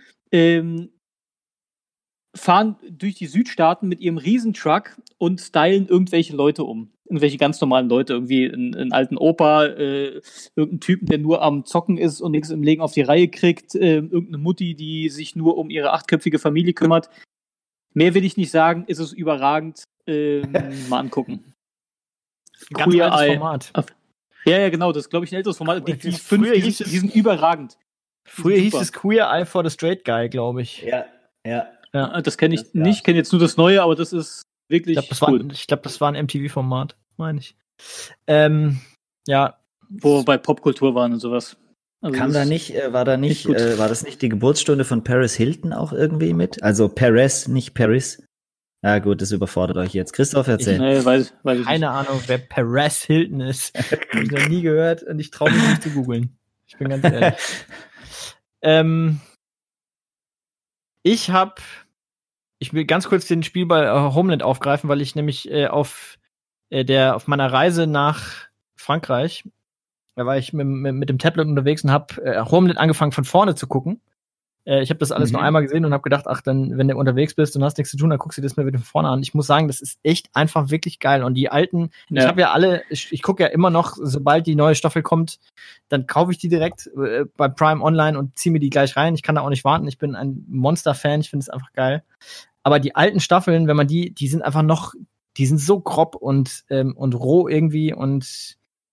fahren durch die Südstaaten mit ihrem Riesentruck und stylen irgendwelche Leute um. Irgendwelche ganz normalen Leute, irgendwie einen alten Opa, irgendeinen Typen, der nur am Zocken ist und nichts im Leben auf die Reihe kriegt, irgendeine Mutti, die sich nur um ihre 8-köpfige Familie kümmert. Mehr will ich nicht sagen, ist es überragend. Mal angucken. Ganz altes Format. Ja, genau, das ist, glaube ich, ein älteres Format. Die 5, die sind überragend. Früher hieß es Queer Eye for the Straight Guy, glaube ich. Ja. Das kenne ich nicht, kenne jetzt nur das Neue, aber das ist wirklich cool. Ich glaube, das war ein MTV-Format, meine ich. Ja. Wo bei Popkultur waren und sowas. Also war das nicht die Geburtsstunde von Paris Hilton auch irgendwie mit? Also Perez, nicht Paris. Ja gut, das überfordert euch jetzt. Christoph, erzähl. Weiß ich keine Ahnung, wer Perez Hilton ist. Hab ich noch nie gehört und ich traue mich nicht zu googeln. Ich bin ganz ehrlich. Ich will ganz kurz den Spielball Homeland aufgreifen, weil ich nämlich auf meiner Reise nach Frankreich, da war ich mit dem Tablet unterwegs und habe Homeland angefangen von vorne zu gucken. Ich habe das alles nur einmal gesehen und habe gedacht, ach, dann, wenn du unterwegs bist und hast nichts zu tun, dann guckst du dir das mal wieder von vorne an. Ich muss sagen, das ist echt einfach wirklich geil. Und die alten, ich habe ja alle, ich gucke ja immer noch, sobald die neue Staffel kommt, dann kaufe ich die direkt bei Prime Online und ziehe mir die gleich rein. Ich kann da auch nicht warten. Ich bin ein Monster-Fan, ich finde es einfach geil. Aber die alten Staffeln, wenn man die sind einfach noch, die sind so grob und roh irgendwie und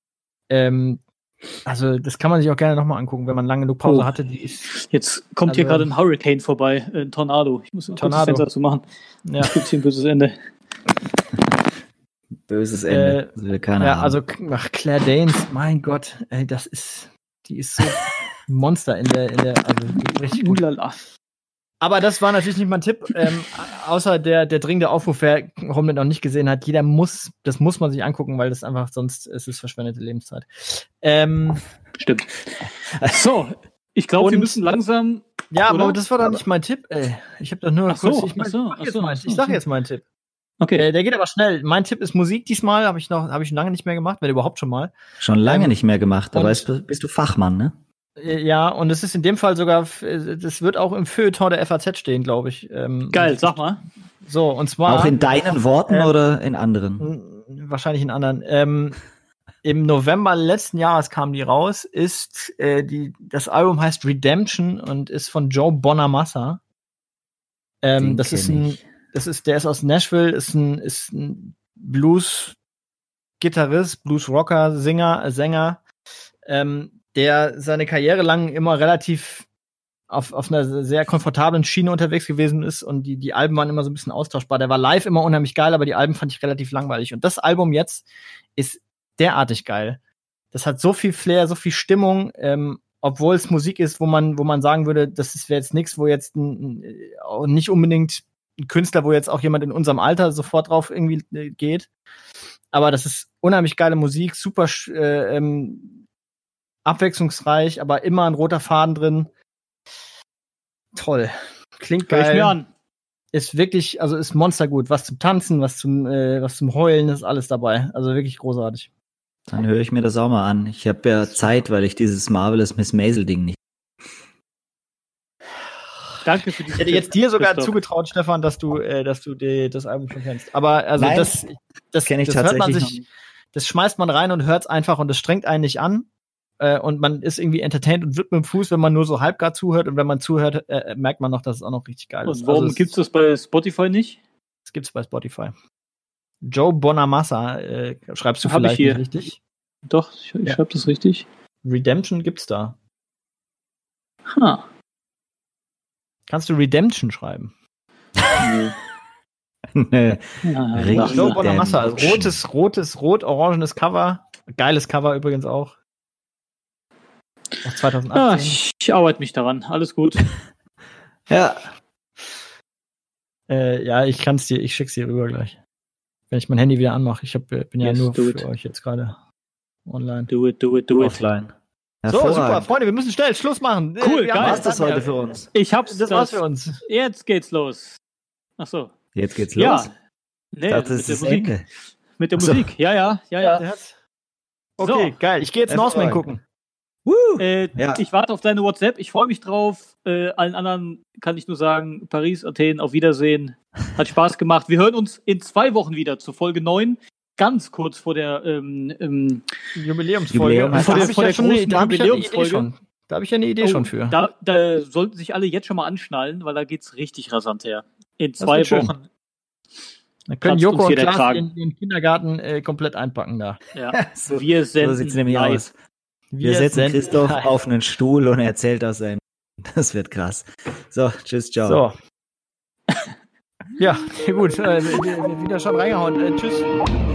also das kann man sich auch gerne nochmal angucken, wenn man lange genug Pause hatte. Jetzt kommt hier gerade ein Hurricane vorbei, ein Tornado. Ich muss ein kurzes Fenster zu machen. Ja. Es gibt hier ein böses Ende. Böses Ende. Keine Ahnung. Also Claire Danes, mein Gott, ey, die ist so ein Monster in der also richtig gut. Aber das war natürlich nicht mein Tipp, außer der dringende Aufruf, wer Homeland noch nicht gesehen hat, das muss man sich angucken, weil das einfach, sonst ist es verschwendete Lebenszeit. Stimmt. So, ich glaube, wir müssen langsam... Ja, oder? Aber das war doch nicht mein Tipp, ey. Ich habe doch nur kurz... Ich sag jetzt meinen Tipp. Okay. Der geht aber schnell. Mein Tipp ist Musik diesmal, habe ich lange nicht mehr gemacht, wenn überhaupt schon mal. Schon lange nicht mehr gemacht, aber bist du Fachmann, ne? Ja, und es ist in dem Fall sogar, das wird auch im Feuilleton der FAZ stehen, glaube ich. Geil, sag mal. So, und zwar... Auch in deinen Worten oder in anderen? Wahrscheinlich in anderen. Im November letzten Jahres kam die raus, das Album heißt Redemption und ist von Joe Bonamassa. Der ist aus Nashville, ist ein Blues-Gitarrist, Blues-Rocker, Sänger, der seine Karriere lang immer relativ auf einer sehr komfortablen Schiene unterwegs gewesen ist und die Alben waren immer so ein bisschen austauschbar. Der war live immer unheimlich geil, aber die Alben fand ich relativ langweilig. Und das Album jetzt ist derartig geil. Das hat so viel Flair, so viel Stimmung, obwohl es Musik ist, wo man sagen würde, das wäre jetzt nichts, wo jetzt nicht unbedingt ein Künstler, wo jetzt auch jemand in unserem Alter sofort drauf irgendwie geht. Aber das ist unheimlich geile Musik, super abwechslungsreich, aber immer ein roter Faden drin. Toll. Klingt geil. Hör ich mir an. Ist wirklich, also ist monstergut. Was zum Tanzen, was zum Heulen, ist alles dabei. Also wirklich großartig. Dann höre ich mir das auch mal an. Ich habe ja Zeit, weil ich dieses Marvelous Miss Maisel-Ding nicht. Danke für die. Ich hätte jetzt dir sogar zugetraut, Stefan, dass du das Album schon kennst. Aber also nein, das kenne ich das tatsächlich hört man noch sich, nicht. Das schmeißt man rein und hört's einfach und das strengt einen nicht an. Und man ist irgendwie entertained und wird mit dem Fuß, wenn man nur so halbgar zuhört. Und wenn man zuhört, merkt man noch, dass es auch noch richtig geil ist. Und warum gibt's das bei Spotify nicht? Das gibt's bei Spotify. Joe Bonamassa, schreibst du vielleicht nicht richtig? Doch, ich schreibe das richtig. Redemption gibt's da. Ha. Kannst du Redemption schreiben? Nee. Joe Bonamassa, also rot-orangenes Cover. Geiles Cover übrigens auch. Aus 2018. Ich arbeite mich daran. Alles gut. Ja. Ja, ich schick's dir rüber gleich. Wenn ich mein Handy wieder anmache. Ich bin ja nur für euch jetzt gerade online. Do it. Offline. So, super, Freunde, wir müssen schnell Schluss machen. Cool, geil. Was ist das heute für uns? Das war's für uns. Jetzt geht's los. Ach so. Jetzt geht's los? Ja. Nee, das ist das Ende. Mit der Musik. Ja. Okay, geil. Ich gehe jetzt Norseman gucken. Ich warte auf deine WhatsApp. Ich freue mich drauf. Allen anderen kann ich nur sagen, Paris, Athen, auf Wiedersehen. Hat Spaß gemacht. Wir hören uns in 2 Wochen wieder zur Folge 9. Ganz kurz vor der Jubiläumsfolge. Da habe ich ja eine Idee schon für. Da sollten sich alle jetzt schon mal anschnallen, weil da geht's richtig rasant her. In 2 Wochen. Dann können Joko und Klaas den Kindergarten komplett einpacken da. Ja. Wir senden so sieht's nämlich aus. Wir setzen Christoph auf einen Stuhl und erzählt aus seinem. Das wird krass. So, tschüss, ciao. So. Ja, gut. Wieder schon reingehauen. Tschüss.